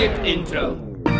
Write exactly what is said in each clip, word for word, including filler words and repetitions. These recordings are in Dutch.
Skip Intro.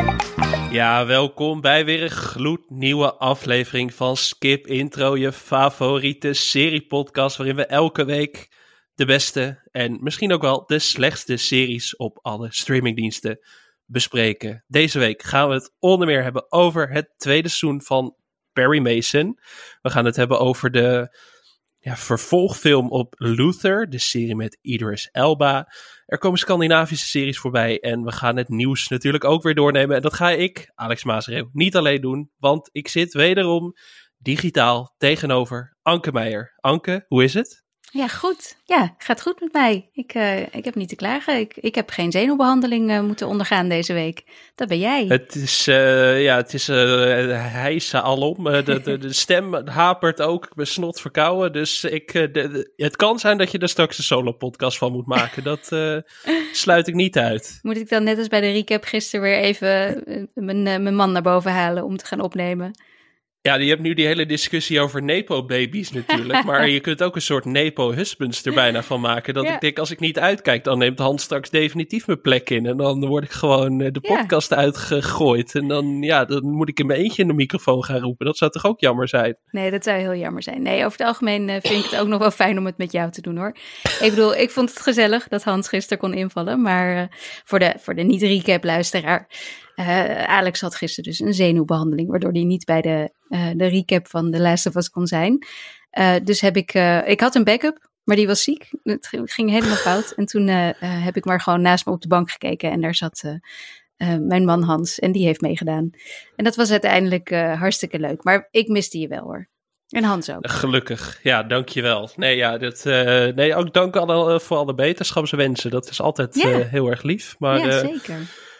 Ja, welkom bij weer een gloednieuwe aflevering van Skip Intro, je favoriete seriepodcast waarin we elke week de beste en misschien ook wel de slechtste series op alle streamingdiensten bespreken. Deze week gaan we het onder meer hebben over het tweede seizoen van Perry Mason. We gaan het hebben over de ja, vervolgfilm op Luther, de serie met Idris Elba. Er komen Scandinavische series voorbij en we gaan het nieuws natuurlijk ook weer doornemen. En dat ga ik, Alex Maasreeuw, niet alleen doen, want ik zit wederom digitaal tegenover Anke Meijer. Anke, hoe is het? Ja, goed. Ja, gaat goed met mij. Ik, uh, ik heb niet te klagen. Ik, ik heb geen zenuwbehandeling uh, moeten ondergaan deze week. Dat ben jij. Het is, uh, ja, het is uh, hijsa alom. Uh, de, de, de stem hapert ook. Ik ben snot verkouden. Dus ik, uh, de, de, het kan zijn dat je er straks een solo-podcast van moet maken. Dat uh, sluit ik niet uit. Moet ik dan net als bij de recap gisteren weer even uh, mijn, uh, mijn man naar boven halen om te gaan opnemen? Ja, je hebt nu die hele discussie over nepo-baby's natuurlijk. Maar je kunt ook een soort nepo-husbands er bijna van maken. Dat ja. ik denk, als ik niet uitkijk, dan neemt Hans straks definitief mijn plek in. En dan word ik gewoon de podcast ja. uitgegooid. En dan, ja, dan moet ik in mijn eentje in de microfoon gaan roepen. Dat zou toch ook jammer zijn? Nee, dat zou heel jammer zijn. Nee, over het algemeen uh, vind ik het ook nog wel fijn om het met jou te doen, hoor. Ik bedoel, ik vond het gezellig dat Hans gisteren kon invallen. Maar uh, voor de, voor de niet-recap-luisteraar... Uh, Alex had gisteren dus een zenuwbehandeling, waardoor hij niet bij de, uh, de recap van The Last of Us kon zijn. Uh, dus heb ik, uh, ik had een backup, maar die was ziek. Het ging helemaal fout. En toen uh, uh, heb ik maar gewoon naast me op de bank gekeken en daar zat uh, uh, mijn man Hans en die heeft meegedaan. En dat was uiteindelijk uh, hartstikke leuk. Maar ik miste je wel, hoor. En Hans ook. Gelukkig, ja, dankjewel. Nee, ja, dat, uh, nee ook dank alle, voor alle beterschapswensen. Dat is altijd ja. uh, heel erg lief. Maar, ja, uh, zeker.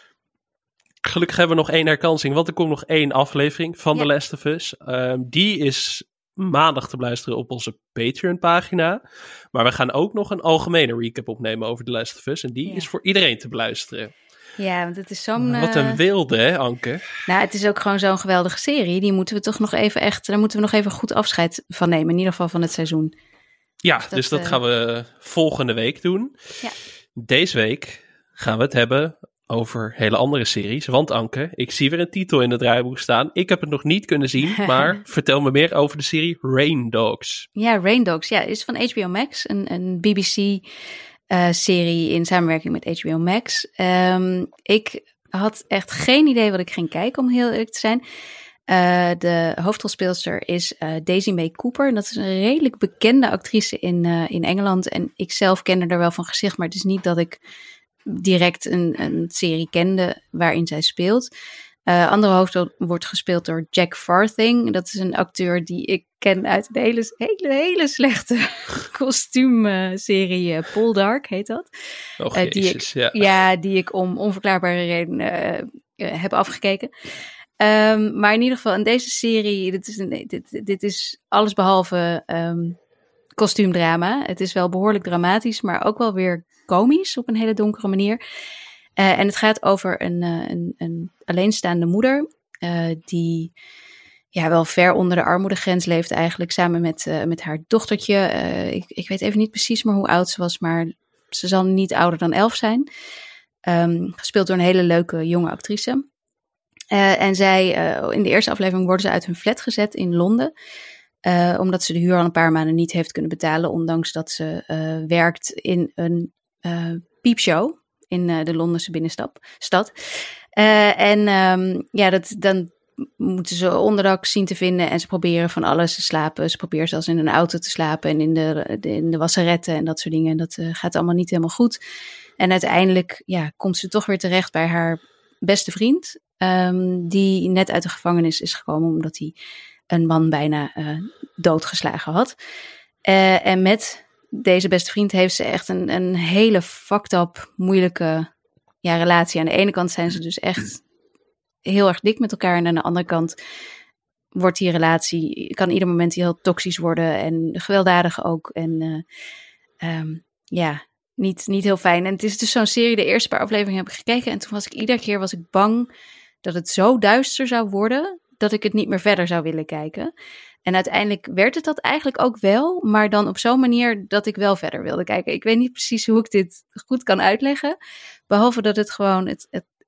Gelukkig hebben we nog één herkansing, want er komt nog één aflevering van ja. The Last of Us. Uh, die is maandag te beluisteren op onze Patreon-pagina. Maar we gaan ook nog een algemene recap opnemen over The Last of Us. En die ja. is voor iedereen te beluisteren. Ja, want het is zo'n... Wat een wilde, hè, Anke? Nou, het is ook gewoon zo'n geweldige serie. Die moeten we toch nog even echt... Daar moeten we nog even goed afscheid van nemen. In ieder geval van het seizoen. Ja, dus dat, dus dat uh... gaan we volgende week doen. Ja. Deze week gaan we het hebben... over hele andere series. Want Anke, ik zie weer een titel in het draaiboek staan. Ik heb het nog niet kunnen zien, maar vertel me meer over de serie Rain Dogs. Ja, Rain Dogs. Ja, is van H B O Max. Een, een B B C-serie uh, in samenwerking met H B O Max. Um, ik had echt geen idee wat ik ging kijken, om heel eerlijk te zijn. Uh, de hoofdrolspeelster is uh, Daisy May Cooper. En dat is een redelijk bekende actrice in, uh, in Engeland. En ik zelf ken haar wel van gezicht, maar het is niet dat ik direct een, een serie kende waarin zij speelt. Uh, andere hoofdrol wordt gespeeld door Jack Farthing. Dat is een acteur die ik ken uit een hele, hele, hele slechte kostuumserie. Uh, Poldark heet dat. Oh, uh, jezus, die ik, ja. ja, die ik om onverklaarbare redenen uh, uh, heb afgekeken. Um, maar in ieder geval in deze serie, dit is, een, dit, dit is allesbehalve um, kostuumdrama. Het is wel behoorlijk dramatisch, maar ook wel weer komisch op een hele donkere manier. Uh, en het gaat over een, uh, een, een alleenstaande moeder uh, die ja, wel ver onder de armoedegrens leeft eigenlijk, samen met, uh, met haar dochtertje. Uh, ik, ik weet even niet precies meer hoe oud ze was, maar ze zal niet ouder dan elf zijn. Um, gespeeld door een hele leuke jonge actrice. Uh, en zij, uh, in de eerste aflevering worden ze uit hun flat gezet in Londen. Uh, omdat ze de huur al een paar maanden niet heeft kunnen betalen, ondanks dat ze uh, werkt in een uh, piepshow in uh, de Londense binnenstad. Uh, en um, ja, dat, dan moeten ze onderdak zien te vinden en ze proberen van alles te slapen. Ze proberen zelfs in een auto te slapen en in de, de, in de wasseretten en dat soort dingen. Dat uh, gaat allemaal niet helemaal goed. En uiteindelijk ja, komt ze toch weer terecht bij haar beste vriend, um, die net uit de gevangenis is gekomen omdat hij een man bijna uh, doodgeslagen had. Uh, en met deze beste vriend heeft ze echt een, een hele fucked up, moeilijke ja, relatie. Aan de ene kant zijn ze dus echt heel erg dik met elkaar. En aan de andere kant wordt die relatie, kan ieder moment heel toxisch worden. En gewelddadig ook. En uh, um, ja, niet, niet heel fijn. En het is dus zo'n serie, de eerste paar afleveringen heb ik gekeken. En toen was ik iedere keer was ik bang dat het zo duister zou worden dat ik het niet meer verder zou willen kijken. En uiteindelijk werd het dat eigenlijk ook wel, maar dan op zo'n manier dat ik wel verder wilde kijken. Ik weet niet precies hoe ik dit goed kan uitleggen, behalve dat het gewoon, het, het,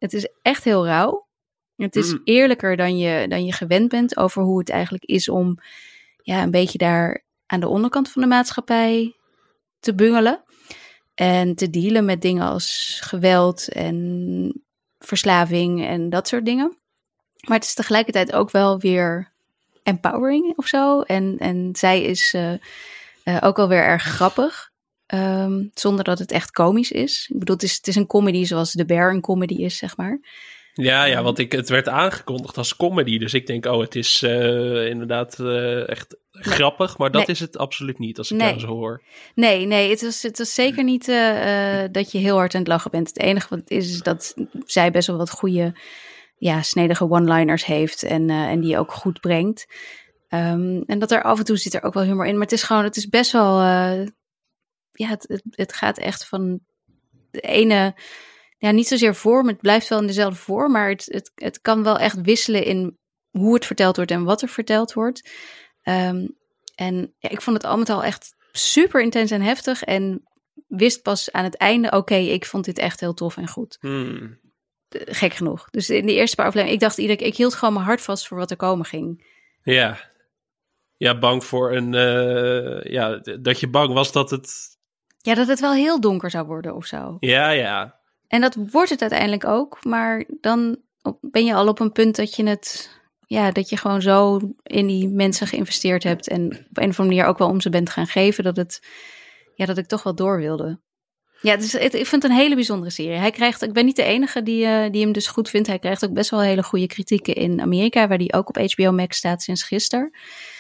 Het is echt heel rauw. Het is Mm. eerlijker dan je, dan je gewend bent over hoe het eigenlijk is om ja, een beetje daar aan de onderkant van de maatschappij te bungelen. En te dealen met dingen als geweld en verslaving en dat soort dingen. Maar het is tegelijkertijd ook wel weer empowering of zo. En, en zij is uh, uh, ook wel weer erg grappig. Um, zonder dat het echt komisch is. Ik bedoel, het is, het is een comedy zoals The Bear een comedy is, zeg maar. Ja, ja, want ik, het werd aangekondigd als comedy. Dus ik denk, oh, het is uh, inderdaad uh, echt nee. grappig. Maar dat nee. is het absoluut niet, als ik nee. jou zo hoor. Nee, nee, het was, het was zeker niet uh, dat je heel hard aan het lachen bent. Het enige wat het is, is dat zij best wel wat goede, ja, snedige one-liners heeft. En, uh, en die ook goed brengt. Um, en dat er af en toe zit er ook wel humor in. Maar het is gewoon, het is best wel... Uh, ja, het, het, het gaat echt van de ene... Ja, niet zozeer vorm, het blijft wel in dezelfde vorm, maar het, het, het kan wel echt wisselen in hoe het verteld wordt en wat er verteld wordt. Um, en ja, ik vond het al met al echt super intens en heftig en wist pas aan het einde, oké, okay, ik vond dit echt heel tof en goed. Hmm. Gek genoeg. Dus in de eerste paar afleveringen, ik dacht iedere keer, ik hield gewoon mijn hart vast voor wat er komen ging. Ja, ja, bang voor een, uh, ja, dat je bang was dat het... Ja, dat het wel heel donker zou worden of zo. Ja, ja. En dat wordt het uiteindelijk ook, maar dan ben je al op een punt dat je het, ja, dat je gewoon zo in die mensen geïnvesteerd hebt en op een of andere manier ook wel om ze bent gaan geven, dat het, ja, dat ik toch wel door wilde. Ja, het is, het, ik vind het een hele bijzondere serie. Hij krijgt, ik ben niet de enige die, uh, die hem dus goed vindt. Hij krijgt ook best wel hele goede kritieken in Amerika, waar die ook op H B O Max staat sinds gisteren.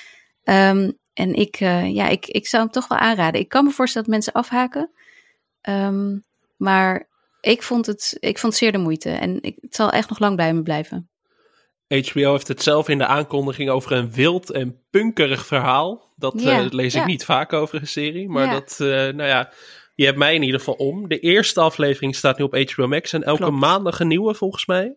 Um, en ik, uh, ja, ik, ik zou hem toch wel aanraden. Ik kan me voorstellen dat mensen afhaken, um, maar Ik vond, het, ik vond het zeer de moeite. En ik, het zal echt nog lang bij me blijven. H B O heeft het zelf in de aankondiging over een wild en punkerig verhaal. Dat ja, uh, lees ik ja. niet vaak over een serie. Maar ja. dat, uh, nou ja, je hebt mij in ieder geval om. De eerste aflevering staat nu op H B O Max. En elke Klopt. maandag een nieuwe volgens mij.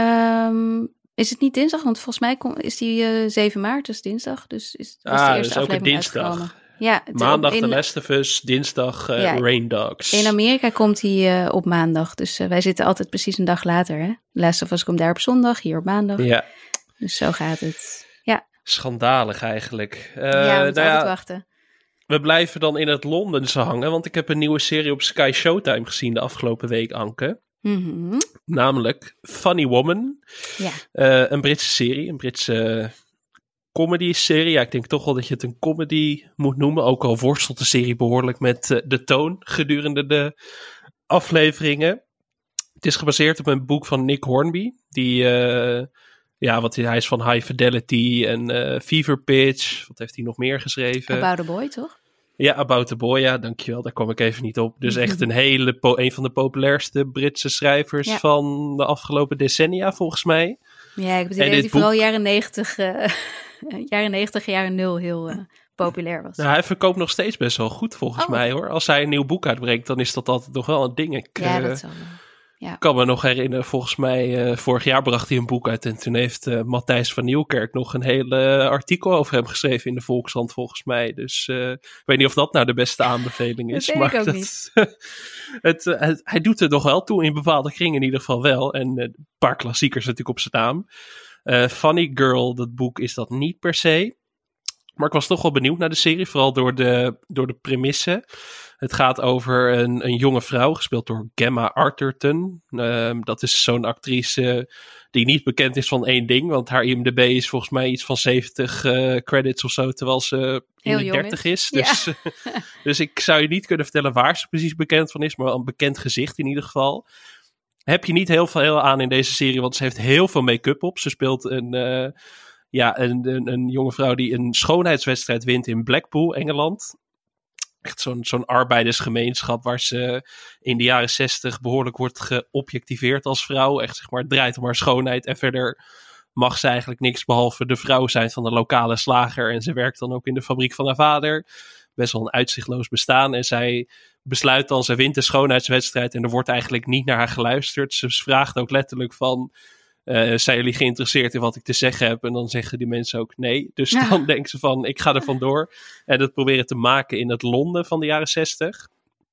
Um, is het niet dinsdag? Want volgens mij kom, is die uh, zeven maart, dus dinsdag. Dus is, was ah, de eerste dus ook aflevering een dinsdag. uitgekomen. Ja, maandag in, The Last of Us, dinsdag uh, ja, Rain Dogs. In Amerika komt hij uh, op maandag, dus uh, wij zitten altijd precies een dag later. Hè? Last of Us komt daar op zondag, hier op maandag. Ja. Dus zo gaat het. Ja. Schandalig eigenlijk. Uh, ja, we moeten nou altijd ja, wachten. We blijven dan in het Londense hangen, want ik heb een nieuwe serie op Sky Showtime gezien de afgelopen week, Anke. Mm-hmm. Namelijk Funny Woman. Ja. Uh, een Britse serie, een Britse... comedy-serie. Ja, ik denk toch wel dat je het een comedy moet noemen. Ook al worstelt de serie behoorlijk met uh, de toon gedurende de afleveringen. Het is gebaseerd op een boek van Nick Hornby. Die, uh, ja, wat hij is van High Fidelity en uh, Fever Pitch. Wat heeft hij nog meer geschreven? About a Boy, toch? Ja, About a Boy, ja, dankjewel. Daar kwam ik even niet op. Dus echt een hele, po- een van de populairste Britse schrijvers ja. van de afgelopen decennia, volgens mij. Ja, ik heb het idee dat hij vooral jaren negentig, uh, jaren negentig, jaren nul heel uh, populair was. Nou, hij verkoopt nog steeds best wel goed, volgens oh. mij, hoor. Als hij een nieuw boek uitbrengt, dan is dat altijd nog wel een ding. Ik ja, uh, dat zal wel. Ja. kan me nog herinneren, volgens mij, uh, vorig jaar bracht hij een boek uit. En toen heeft uh, Matthijs van Nieuwkerk nog een hele uh, artikel over hem geschreven in de Volkskrant, volgens mij. Dus uh, ik weet niet of dat nou de beste aanbeveling is. dat maar weet ik ook dat, niet. het, uh, het, hij doet er nog wel toe, in bepaalde kringen in ieder geval wel. En uh, een paar klassiekers natuurlijk op zijn naam. Uh, Funny Girl, dat boek is dat niet per se. Maar ik was toch wel benieuwd naar de serie, vooral door de, door de premisse. Het gaat over een, een jonge vrouw, gespeeld door Gemma Arterton. Uh, dat is zo'n actrice die niet bekend is van één ding. Want haar I M D B is volgens mij iets van zeventig uh, credits of zo, terwijl ze in de dertig is. is. Dus, ja. dus ik zou je niet kunnen vertellen waar ze precies bekend van is, maar wel een bekend gezicht in ieder geval. Heb je niet heel veel aan in deze serie, want ze heeft heel veel make-up op. Ze speelt een... Uh, Ja, een, een, een jonge vrouw die een schoonheidswedstrijd wint in Blackpool, Engeland. Echt zo'n, zo'n arbeidersgemeenschap waar ze in de jaren zestig behoorlijk wordt geobjectiveerd als vrouw. Echt, zeg maar, het draait om haar schoonheid. En verder mag ze eigenlijk niks behalve de vrouw zijn van de lokale slager. En ze werkt dan ook in de fabriek van haar vader. Best wel een uitzichtloos bestaan. En zij besluit dan, ze wint de schoonheidswedstrijd en er wordt eigenlijk niet naar haar geluisterd. Ze vraagt ook letterlijk van... Uh, zijn jullie geïnteresseerd in wat ik te zeggen heb? En dan zeggen die mensen ook nee. Dus ja. dan denken ze van, ik ga er vandoor. En dat proberen te maken in het Londen van de jaren zestig.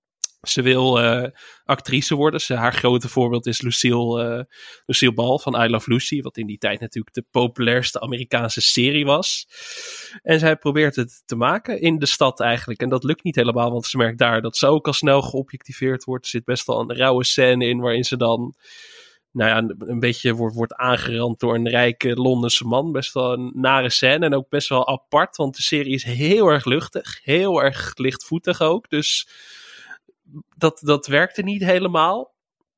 Ze wil uh, actrice worden. Ze, haar grote voorbeeld is Lucille, uh, Lucille Ball van I Love Lucy. Wat in die tijd natuurlijk de populairste Amerikaanse serie was. En zij probeert het te maken in de stad eigenlijk. En dat lukt niet helemaal, want ze merkt daar dat ze ook al snel geobjectiveerd wordt. Er zit best wel een rauwe scène in waarin ze dan... Nou ja, een, een beetje wordt, wordt aangerand door een rijke Londense man. Best wel een nare scène en ook best wel apart. Want de serie is heel erg luchtig. Heel erg lichtvoetig ook. Dus... Dat, dat werkte niet helemaal.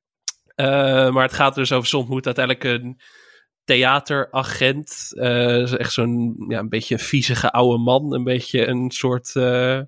Uh, maar het gaat dus over, ze ontmoet uiteindelijk een theateragent. Uh, echt zo'n, ja, een beetje een viezige oude man. Een beetje een soort, uh,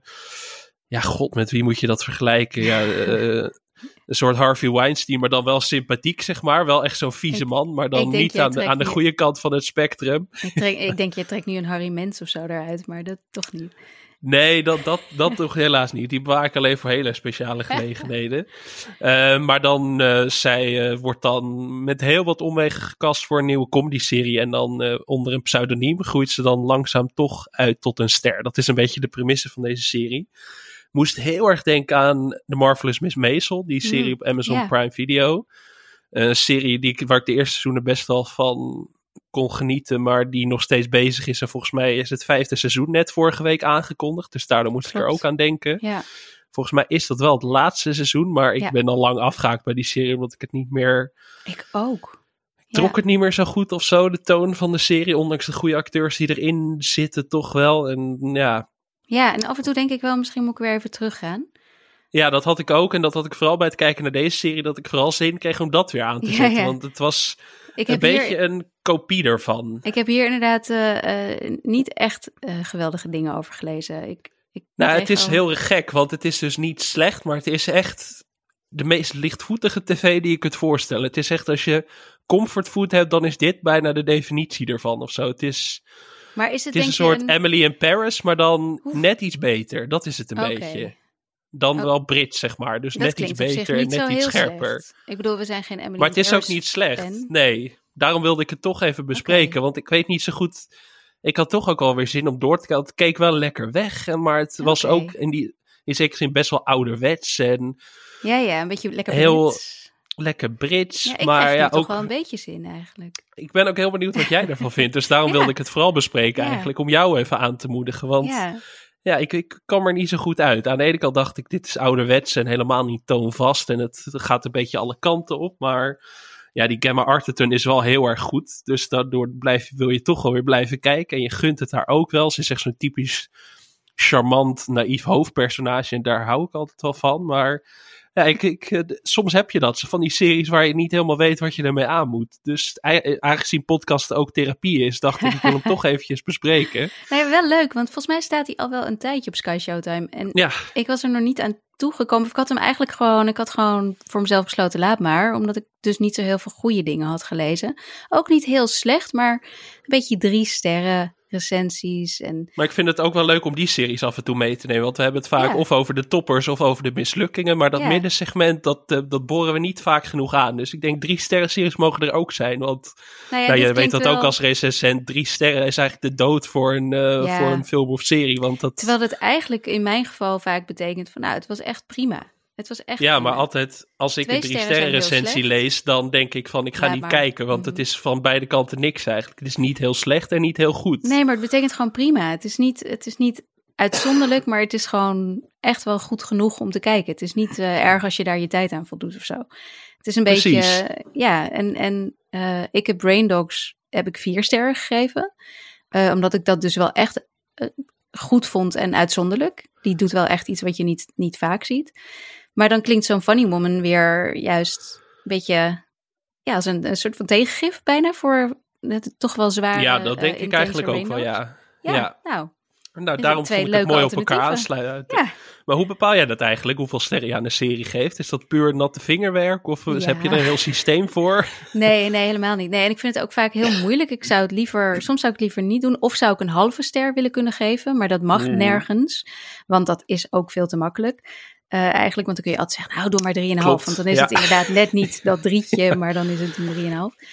ja god, met wie moet je dat vergelijken? Ja, uh, een soort Harvey Weinstein, maar dan wel sympathiek, zeg maar. Wel echt zo'n vieze ik, man, maar dan niet aan, aan de je, goede kant van het spectrum. Ik, trek, ik denk, je trekt nu een Harry Mens of zo eruit, maar dat toch niet. Nee, dat, dat, dat toch helaas niet. Die bewaar ik alleen voor hele speciale gelegenheden. Uh, maar dan, uh, zij uh, wordt dan met heel wat omwegen gecast voor een nieuwe comedyserie. En dan uh, onder een pseudoniem groeit ze dan langzaam toch uit tot een ster. Dat is een beetje de premisse van deze serie. Moest heel erg denken aan The Marvelous Miss Maisel, die serie mm, op Amazon yeah. Prime Video. Een serie die, waar ik de eerste seizoenen best wel van kon genieten, maar die nog steeds bezig is. En volgens mij is het vijfde seizoen net vorige week aangekondigd. Dus daardoor moest Klopt. ik er ook aan denken. Ja. Volgens mij is dat wel het laatste seizoen, maar ik ja. ben al lang afgehaakt bij die serie, omdat ik het niet meer... Ik ook. Ik trok ja. het niet meer zo goed of zo, de toon van de serie, ondanks de goede acteurs die erin zitten toch wel. En ja... Ja, en af en toe denk ik wel, misschien moet ik weer even teruggaan. Ja, dat had ik ook. En dat had ik vooral bij het kijken naar deze serie, dat ik vooral zin kreeg om dat weer aan te ja, zetten. ja. Want het was ik een heb beetje hier, een kopie ervan. Ik heb hier inderdaad uh, uh, niet echt uh, geweldige dingen over gelezen. Ik, ik nou, het is al... heel erg gek, want het is dus niet slecht, maar het is echt de meest lichtvoetige tv die je kunt voorstellen. Het is echt, als je comfortfood hebt, dan is dit bijna de definitie ervan of zo. Het is... Maar is het, het is denk een soort een... Emily in Paris, maar dan Oef. net iets beter. Dat is het een okay. beetje. Dan oh. wel Brits, zeg maar. Dus dat net iets beter en net iets scherper. Slecht. Ik bedoel, we zijn geen Emily Maar het in is Paris ook niet slecht. fan. Nee, daarom wilde ik het toch even bespreken. Okay. Want ik weet niet zo goed... Ik had toch ook alweer zin om door te kijken. Het keek wel lekker weg. Maar het was okay. ook in die in zekere zin best wel ouderwets. En ja, ja, een beetje lekker heel Brits. Lekker Brits. Ja, ik maar krijg ja, er toch ook wel een beetje zin eigenlijk. Ik ben ook heel benieuwd wat jij ervan vindt. Dus daarom ja. wilde ik het vooral bespreken ja. eigenlijk. Om jou even aan te moedigen. Want ja, ja ik, ik kwam er niet zo goed uit. Aan de ene kant dacht ik, dit is ouderwets en helemaal niet toonvast. En het gaat een beetje alle kanten op. Maar ja, die Gemma Arterton is wel heel erg goed. Dus daardoor blijf, wil je toch wel weer blijven kijken. En je gunt het haar ook wel. Ze is echt zo'n typisch charmant, naïef hoofdpersonage. En daar hou ik altijd wel van. Maar ja, ik, ik, soms heb je dat. Van die series waar je niet helemaal weet wat je ermee aan moet. Dus aangezien podcast ook therapie is, dacht ik, ik wil hem toch eventjes bespreken. Nee, wel leuk, want volgens mij staat hij al wel een tijdje op Sky Showtime. En ja. ik was er nog niet aan toegekomen. Ik had hem eigenlijk gewoon, ik had gewoon voor mezelf besloten, laat maar. Omdat ik dus niet zo heel veel goede dingen had gelezen. Ook niet heel slecht, maar een beetje drie sterren recensies. En... Maar ik vind het ook wel leuk om die series af en toe mee te nemen. Want we hebben het vaak ja. of over de toppers of over de mislukkingen. Maar dat ja. middensegment, dat, uh, dat boren we niet vaak genoeg aan. Dus ik denk drie sterren series mogen er ook zijn. Want nou ja, nou, je weet dat wel... ook als recensent. Drie sterren is eigenlijk de dood voor een, uh, ja. voor een film of serie. Want dat... Terwijl het eigenlijk in mijn geval vaak betekent van nou, het was echt prima. Het was echt ja, prima. Maar altijd als ik Twee een drie sterren recensie lees, dan denk ik van ik ga ja, niet maar, kijken. Want mm. het is van beide kanten niks eigenlijk. Het is niet heel slecht en niet heel goed. Nee, maar het betekent gewoon prima. Het is niet, het is niet uitzonderlijk, maar het is gewoon echt wel goed genoeg om te kijken. Het is niet uh, erg als je daar je tijd aan voldoet of zo. Het is een Precies. beetje, uh, ja, en, en uh, ik heb Brain Dogs, heb ik vier sterren gegeven. Uh, omdat ik dat dus wel echt uh, goed vond en uitzonderlijk. Die doet wel echt iets wat je niet, niet vaak ziet. Maar dan klinkt zo'n Funny Woman weer juist een beetje ja, als een, een soort van tegengif bijna voor het toch wel zware. Ja, dat denk uh, ik eigenlijk ook wel, ja. Ja, ja. nou. Nou, daarom vond ik het mooi op elkaar aansluiten. Ja. Maar hoe bepaal jij dat eigenlijk? Hoeveel sterren je aan een serie geeft? Is dat puur natte vingerwerk? Of ja. heb je er een heel systeem voor? Nee, nee, helemaal niet. Nee, en ik vind het ook vaak heel moeilijk. Ik zou het liever, soms zou ik het liever niet doen. Of zou ik een halve ster willen kunnen geven. Maar dat mag mm. nergens. Want dat is ook veel te makkelijk. Uh, eigenlijk, want dan kun je altijd zeggen, nou, doe maar drieënhalf. Want dan is ja. het inderdaad net niet dat drietje, maar dan is het een drieënhalf.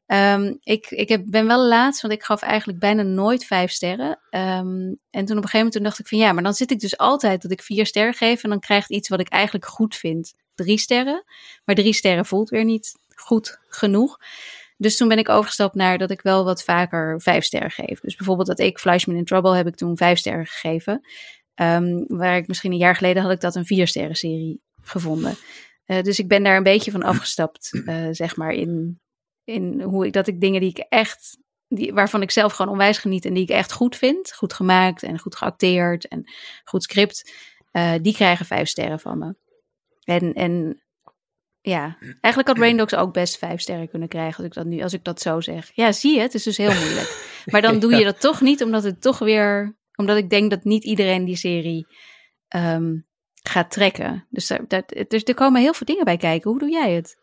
Um, ik ik heb, ben wel laatst, want ik gaf eigenlijk bijna nooit vijf sterren. Um, en toen op een gegeven moment toen dacht ik van ja, maar dan zit ik dus altijd dat ik vier sterren geef. En dan krijgt iets wat ik eigenlijk goed vind drie sterren. Maar drie sterren voelt weer niet goed genoeg. Dus toen ben ik overgestapt naar dat ik wel wat vaker vijf sterren geef. Dus bijvoorbeeld dat ik Fleischman in Trouble heb ik toen vijf sterren gegeven. Um, waar ik misschien een jaar geleden had ik dat een vier sterren serie gevonden. Uh, dus ik ben daar een beetje van afgestapt, uh, zeg maar, in, in hoe ik dat ik dingen die ik echt, die, waarvan ik zelf gewoon onwijs geniet en die ik echt goed vind, goed gemaakt en goed geacteerd en goed script, uh, die krijgen vijf sterren van me. En, en ja, eigenlijk had Rain Dogs ook best vijf sterren kunnen krijgen als ik dat nu, als ik dat zo zeg. Ja, zie je, het is dus heel moeilijk. Maar dan doe je dat toch niet, omdat het toch weer, omdat ik denk dat niet iedereen die serie um, gaat trekken. Dus er, dat, dus er komen heel veel dingen bij kijken. Hoe doe jij het?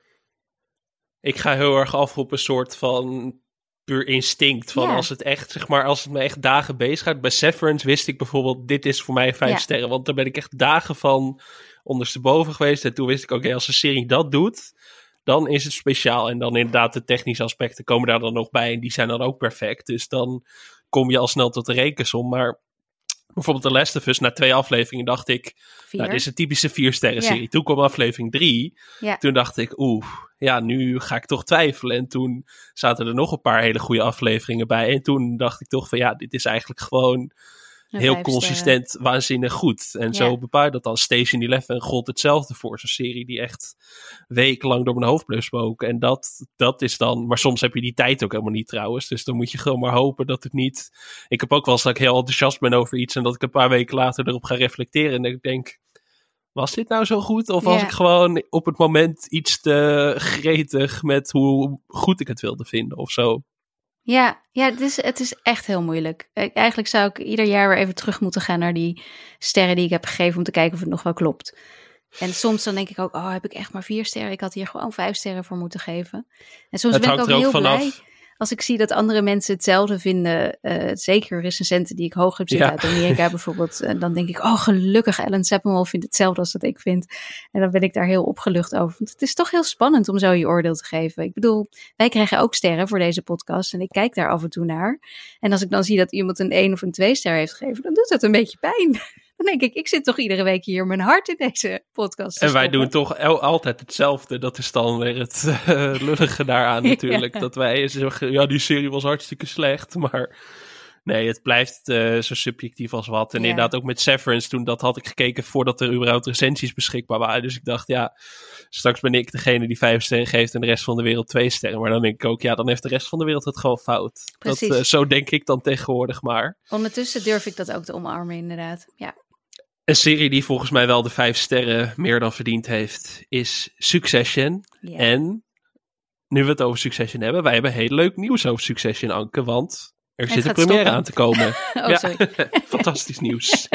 Ik ga heel erg af op een soort van puur instinct. Van ja. als het echt, zeg maar, als het me echt dagen bezig gaat. Bij Severance wist ik bijvoorbeeld, dit is voor mij vijf ja. sterren. Want daar ben ik echt dagen van ondersteboven geweest. En toen wist ik, oké, okay, als een serie dat doet, dan is het speciaal. En dan inderdaad de technische aspecten komen daar dan nog bij. En die zijn dan ook perfect. Dus dan kom je al snel tot de rekensom. Maar bijvoorbeeld The Last of Us, na twee afleveringen dacht ik, nou, dit is een typische vier sterren serie. Ja. Toen kwam aflevering drie. Ja. Toen dacht ik, oeh, ja, nu ga ik toch twijfelen. En toen zaten er nog een paar hele goede afleveringen bij. En toen dacht ik toch van, ja, dit is eigenlijk gewoon een heel consistent, sterren. waanzinnig goed. En ja. zo bepaal je dat dan. Station elf gold hetzelfde voor. Zo'n serie die echt wekenlang door mijn hoofd bleef spoken. En dat, dat is dan, maar soms heb je die tijd ook helemaal niet trouwens. Dus dan moet je gewoon maar hopen dat het niet. Ik heb ook wel eens dat ik heel enthousiast ben over iets en dat ik een paar weken later erop ga reflecteren. En dat ik denk, was dit nou zo goed? Of was ja. ik gewoon op het moment iets te gretig met hoe goed ik het wilde vinden of zo? Ja, ja het, is, het is echt heel moeilijk. Eigenlijk zou ik ieder jaar weer even terug moeten gaan naar die sterren die ik heb gegeven om te kijken of het nog wel klopt. En soms dan denk ik ook, oh, heb ik echt maar vier sterren? Ik had hier gewoon vijf sterren voor moeten geven. En soms het ben ik ook, ook heel vanaf. blij als ik zie dat andere mensen hetzelfde vinden. Uh, zeker recensenten die ik hoog heb zitten ja. uit Amerika bijvoorbeeld. En dan denk ik, oh gelukkig, Ellen Sepinwall vindt hetzelfde als dat ik vind. En dan ben ik daar heel opgelucht over. Want het is toch heel spannend om zo je oordeel te geven. Ik bedoel, wij krijgen ook sterren voor deze podcast. En ik kijk daar af en toe naar. En als ik dan zie dat iemand een één of een twee ster heeft gegeven, dan doet dat een beetje pijn. Dan denk ik, ik zit toch iedere week hier mijn hart in deze podcast te En wij stoppen. doen toch el- altijd hetzelfde. Dat is dan weer het uh, lullige daaraan natuurlijk. Ja. Dat wij zeggen, ja, die serie was hartstikke slecht. Maar nee, het blijft uh, zo subjectief als wat. En ja. inderdaad ook met Severance toen, dat had ik gekeken voordat er überhaupt recensies beschikbaar waren. Dus ik dacht, ja, straks ben ik degene die vijf sterren geeft en de rest van de wereld twee sterren. Maar dan denk ik ook, ja, dan heeft de rest van de wereld het gewoon fout. Precies. Dat, uh, zo denk ik dan tegenwoordig maar. Ondertussen durf ik dat ook te omarmen inderdaad, ja. Een serie die volgens mij wel de vijf sterren meer dan verdiend heeft, is Succession. Yeah. En nu we het over Succession hebben, wij hebben heel leuk nieuws over Succession, Anke, want er zit een première stoppen. aan te komen. oh, ja. sorry. Fantastisch nieuws.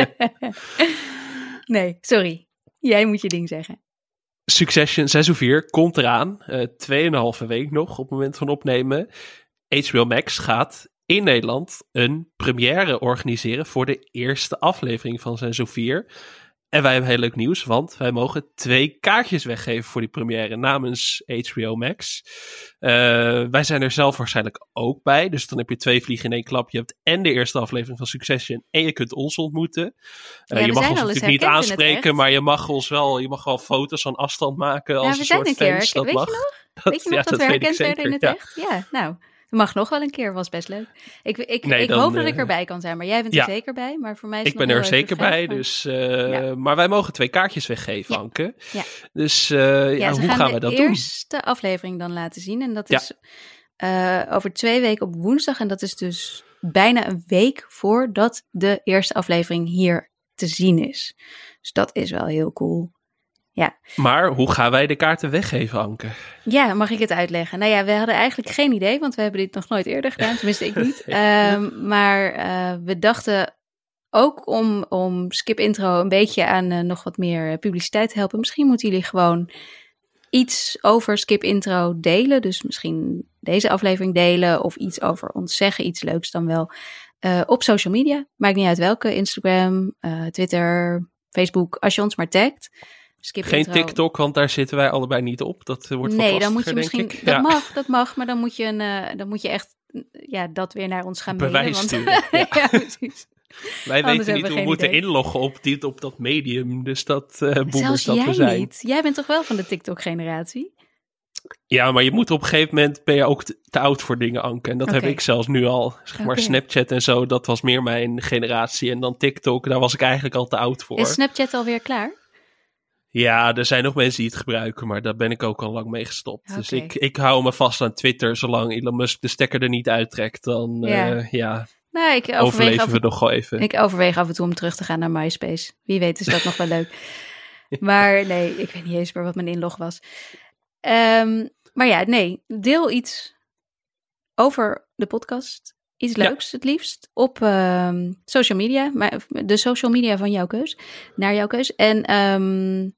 Nee, sorry. Jij moet je ding zeggen. Succession seizoen vier komt eraan. Uh, tweeënhalve week nog op het moment van opnemen. H B O Max gaat in Nederland een première organiseren voor de eerste aflevering van seizoen vier. En wij hebben heel leuk nieuws, want wij mogen twee kaartjes weggeven voor die première namens H B O Max. Uh, wij zijn er zelf waarschijnlijk ook bij, dus dan heb je twee vliegen in één klap. Je hebt en de eerste aflevering van Succession en je kunt ons ontmoeten. Uh, ja, je mag ons natuurlijk niet aanspreken, maar je mag ons wel, je mag wel foto's van afstand maken als ja, een soort een fans. Keer. Dat weet mag. Je nog? Dat, weet je nog ja, dat, dat we herkend werden in het ja. echt? Ja, nou... Het mag nog wel een keer, was best leuk. Ik, ik, nee, ik dan, hoop dat uh, ik erbij kan zijn, maar jij bent ja. er zeker bij. Maar voor mij is ik het ben nog er heel zeker vergeten, bij, maar... dus, uh, ja. maar wij mogen twee kaartjes weggeven, ja. Anke. Ja. Dus uh, ja, ja, hoe gaan, gaan we dat doen? de eerste aflevering dan laten zien. En dat ja. is uh, over twee weken op woensdag. En dat is dus bijna een week voordat de eerste aflevering hier te zien is. Dus dat is wel heel cool. Ja. Maar hoe gaan wij de kaarten weggeven, Anke? Ja, mag ik het uitleggen? Nou ja, we hadden eigenlijk geen idee, want we hebben dit nog nooit eerder gedaan. Tenminste, ik niet. Um, maar uh, we dachten ook om, om Skip Intro een beetje aan uh, nog wat meer uh, publiciteit te helpen. Misschien moeten jullie gewoon iets over Skip Intro delen. Dus misschien deze aflevering delen of iets over ons zeggen. Iets leuks dan wel. Uh, op social media. Maakt niet uit welke. Instagram, uh, Twitter, Facebook. Als je ons maar tagt. Skip Geen intro. TikTok, want daar zitten wij allebei niet op. Dat uh, wordt Nee, wat dan moet je lastiger, misschien... denk ik. Dat Ja. mag, dat mag. Maar dan moet je, een, uh, dan moet je echt ja, dat weer naar ons gaan Bewijs mailen. sturen, Want, ja. ja, precies. Wij Anders weten niet hebben we hoe we geen moeten idee. inloggen op, die, op dat medium. Dus dat uh, boomers Zelfs dat we jij zijn. niet. Jij bent toch wel van de TikTok-generatie? Ja, maar je moet op een gegeven moment ben je ook te, te oud voor dingen, Anke. En dat Oké. heb ik zelfs nu al. Zeg maar Oké. Snapchat en zo, dat was meer mijn generatie. En dan TikTok, daar was ik eigenlijk al te oud voor. Is Snapchat alweer klaar? Ja, er zijn nog mensen die het gebruiken, maar daar ben ik ook al lang mee gestopt. Dus Oké. ik, ik hou me vast aan Twitter. Zolang Elon Musk de stekker er niet uittrekt, dan uh, Ja. ja. ja, Nou, ik overweeg, overleven af, we nog wel even. ik overweeg af en toe om terug te gaan naar MySpace. Wie weet is dat nog wel leuk. Maar nee, ik weet niet eens meer wat mijn inlog was. Um, maar ja, nee, deel iets over de podcast. Iets Ja. leuks het liefst op um, social media. Maar de social media van jouw keus. Naar jouw keus. En um,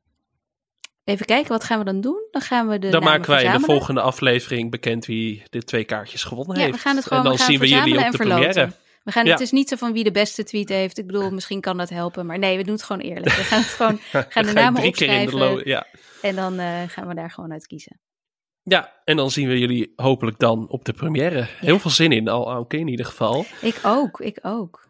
even kijken, wat gaan we dan doen? Dan gaan we de Dan namen maken wij in de verzamelen. volgende aflevering bekend wie de twee kaartjes gewonnen Ja, heeft. we gaan het gewoon en dan we gaan zien we jullie verzamelen op de en verloten. première. We gaan, Ja. Het is niet zo van wie de beste tweet heeft. Ik bedoel, misschien kan dat helpen. Maar nee, we doen het gewoon eerlijk. We gaan het gewoon gaan de Ga je namen drie keer in de opschrijven. lo- ja. En dan uh, gaan we daar gewoon uit kiezen. ja, en dan zien we jullie hopelijk dan op de première. Heel veel zin in, al oké in ieder geval. Ik ook, ik ook.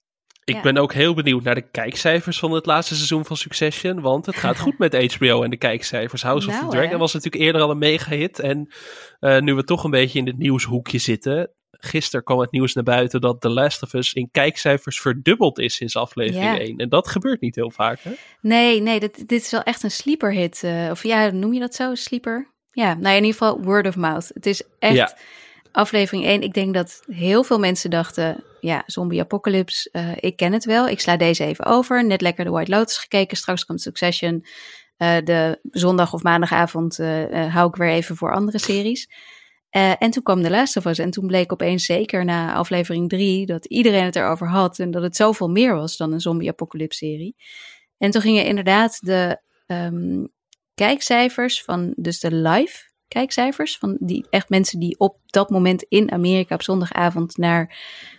Ik Ja. ben ook heel benieuwd naar de kijkcijfers van het laatste seizoen van Succession. Want het gaat goed met H B O en de kijkcijfers. House of Nou, the Dragon hè? was natuurlijk eerder al een mega hit. En uh, nu we toch een beetje in het nieuwshoekje zitten. Gisteren kwam het nieuws naar buiten dat The Last of Us in kijkcijfers verdubbeld is sinds aflevering Ja. één. En dat gebeurt niet heel vaak, hè? Nee, nee, dit, dit is wel echt een sleeper hit. Uh, of ja, noem je dat zo? Sleeper? Ja, nou in ieder geval word of mouth. Het is echt Ja. aflevering één. Ik denk dat heel veel mensen dachten, ja, zombie apocalypse, uh, ik ken het wel. Ik sla deze even over. Net lekker de White Lotus gekeken. Straks komt Succession. Uh, de zondag of maandagavond uh, uh, hou ik weer even voor andere series. Uh, en toen kwam The Last of Us. En toen bleek opeens zeker na aflevering drie dat iedereen het erover had. En dat het zoveel meer was dan een zombie apocalypse serie. En toen gingen inderdaad de um, kijkcijfers van, dus de live kijkcijfers van die echt mensen die op dat moment in Amerika op zondagavond naar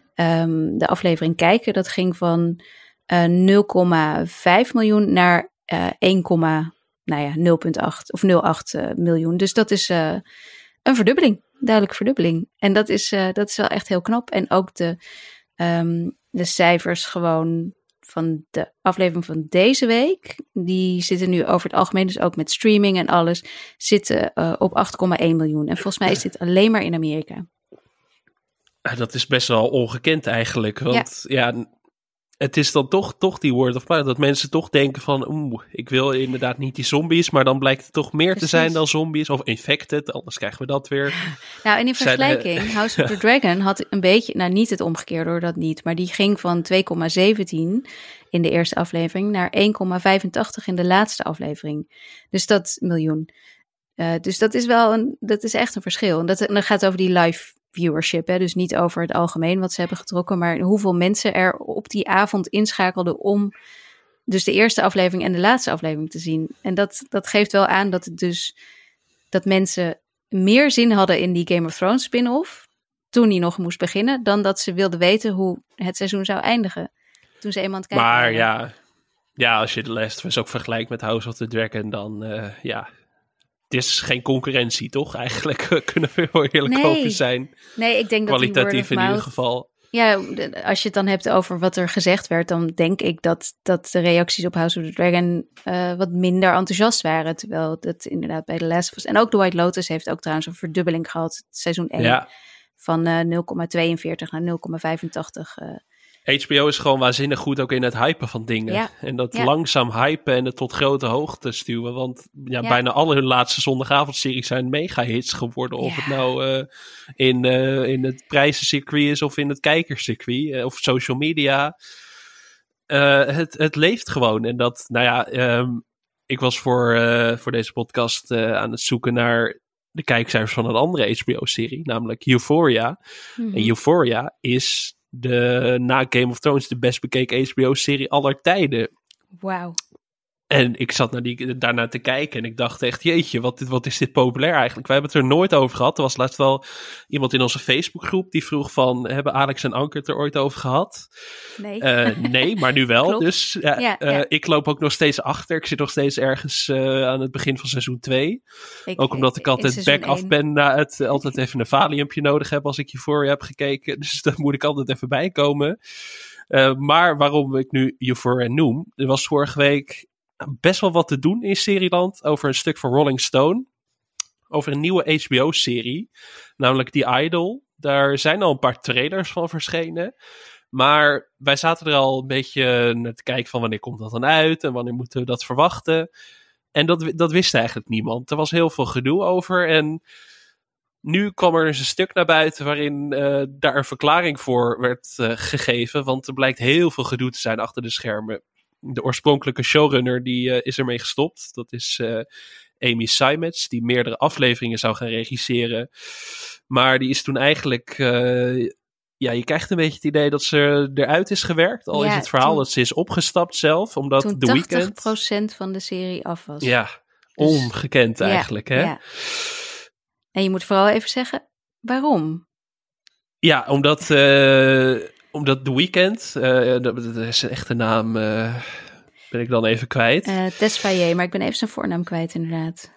um, de aflevering kijken. Dat ging van uh, nul komma vijf miljoen naar uh, één, nou ja, nul komma acht of nul komma acht uh, miljoen. Dus dat is uh, een verdubbeling, duidelijk verdubbeling. En dat is, uh, dat is wel echt heel knap. En ook de, um, de cijfers gewoon van de aflevering van deze week, die zitten nu over het algemeen, dus ook met streaming en alles, zitten uh, op acht komma één miljoen. En volgens mij is dit alleen maar in Amerika. Dat is best wel ongekend eigenlijk, want ja, ja het is dan toch, toch die word of mouth, dat mensen toch denken van, oeh, ik wil inderdaad niet die zombies, maar dan blijkt het toch meer Precies. te zijn dan zombies, of infected, anders krijgen we dat weer. Nou, en in Zijn, vergelijking, uh, House of the Dragon had een beetje, nou niet het omgekeerde hoor, dat niet, maar die ging van twee komma zeventien in de eerste aflevering naar één komma vijfentachtig in de laatste aflevering. Dus dat miljoen. Uh, dus dat is wel een, dat is echt een verschil. En dat, en dat gaat over die live viewership, hè? Dus niet over het algemeen wat ze hebben getrokken, maar hoeveel mensen er op die avond inschakelden om dus de eerste aflevering en de laatste aflevering te zien. En dat, dat geeft wel aan dat het dus dat mensen meer zin hadden in die Game of Thrones spin-off toen die nog moest beginnen, dan dat ze wilden weten hoe het seizoen zou eindigen toen ze eenmaal aan het kijken Maar waren. ja, ja, als je de Last of Us ook vergelijkt met House of the Dragon, dan uh, ja, het is geen concurrentie, toch? Eigenlijk kunnen we er eerlijk nee. over zijn. Nee, ik denk dat die kwalitatief in word of ieder mouth, geval. Ja, als je het dan hebt over wat er gezegd werd, dan denk ik dat, dat de reacties op House of the Dragon uh, wat minder enthousiast waren. Terwijl dat inderdaad bij The Last of Us, en ook The White Lotus heeft ook trouwens een verdubbeling gehad, seizoen één, Ja. van uh, nul komma tweeënveertig naar nul komma vijfentachtig. Uh. H B O is gewoon waanzinnig goed ook in het hypen van dingen. Ja. En dat Ja. langzaam hypen en het tot grote hoogte stuwen. Want ja, Ja. bijna alle hun laatste zondagavondseries zijn mega hits geworden. Of Ja. het nou uh, in, uh, in het prijzencircuit is of in het kijkerscircuit. Uh, of social media. Uh, het, het leeft gewoon. En dat, nou ja, um, ik was voor, uh, voor deze podcast uh, aan het zoeken naar de kijkcijfers van een andere H B O-serie. Namelijk Euphoria. Mm-hmm. En Euphoria is de, na Game of Thrones de best bekeken H B O-serie aller tijden. Wauw. En ik zat naar die, daarna te kijken en ik dacht echt, jeetje, wat, wat is dit populair eigenlijk? Wij hebben het er nooit over gehad. Er was laatst wel iemand in onze Facebookgroep die vroeg van, hebben Alex en Anke het er ooit over gehad? Nee. Uh, nee, maar nu wel. Klopt. Dus ja, Ja, uh, ja. ik loop ook nog steeds achter. Ik zit nog steeds ergens uh, aan het begin van seizoen twee. Ik, ook omdat ik altijd back af ben na het altijd even een valiumpje nodig heb als ik Euphoria heb gekeken. Dus daar moet ik altijd even bij komen. Uh, maar waarom ik nu Euphoria noem, er was vorige week best wel wat te doen in Serieland over een stuk van Rolling Stone. Over een nieuwe H B O-serie, namelijk The Idol. Daar zijn al een paar trailers van verschenen. Maar wij zaten er al een beetje naar te kijken van wanneer komt dat dan uit en wanneer moeten we dat verwachten. En dat, dat wist eigenlijk niemand. Er was heel veel gedoe over en nu kwam er dus een stuk naar buiten waarin uh, daar een verklaring voor werd uh, gegeven. Want er blijkt heel veel gedoe te zijn achter de schermen. De oorspronkelijke showrunner die uh, is ermee gestopt. Dat is uh, Amy Seimetz, die meerdere afleveringen zou gaan regisseren. Maar die is toen eigenlijk... Uh, ja, je krijgt een beetje het idee dat ze eruit is gewerkt. Al ja, is het verhaal toen, dat ze is opgestapt zelf. Omdat toen The Weeknd... tachtig procent van de serie af was. Ja, dus, ongekend eigenlijk. Ja, hè? Ja. En je moet vooral even zeggen, waarom? Ja, omdat... Uh, Omdat The Weeknd, uh, dat, dat is een echte naam, uh, ben ik dan even kwijt. Uh, Tesfaye, maar ik ben even zijn voornaam kwijt inderdaad.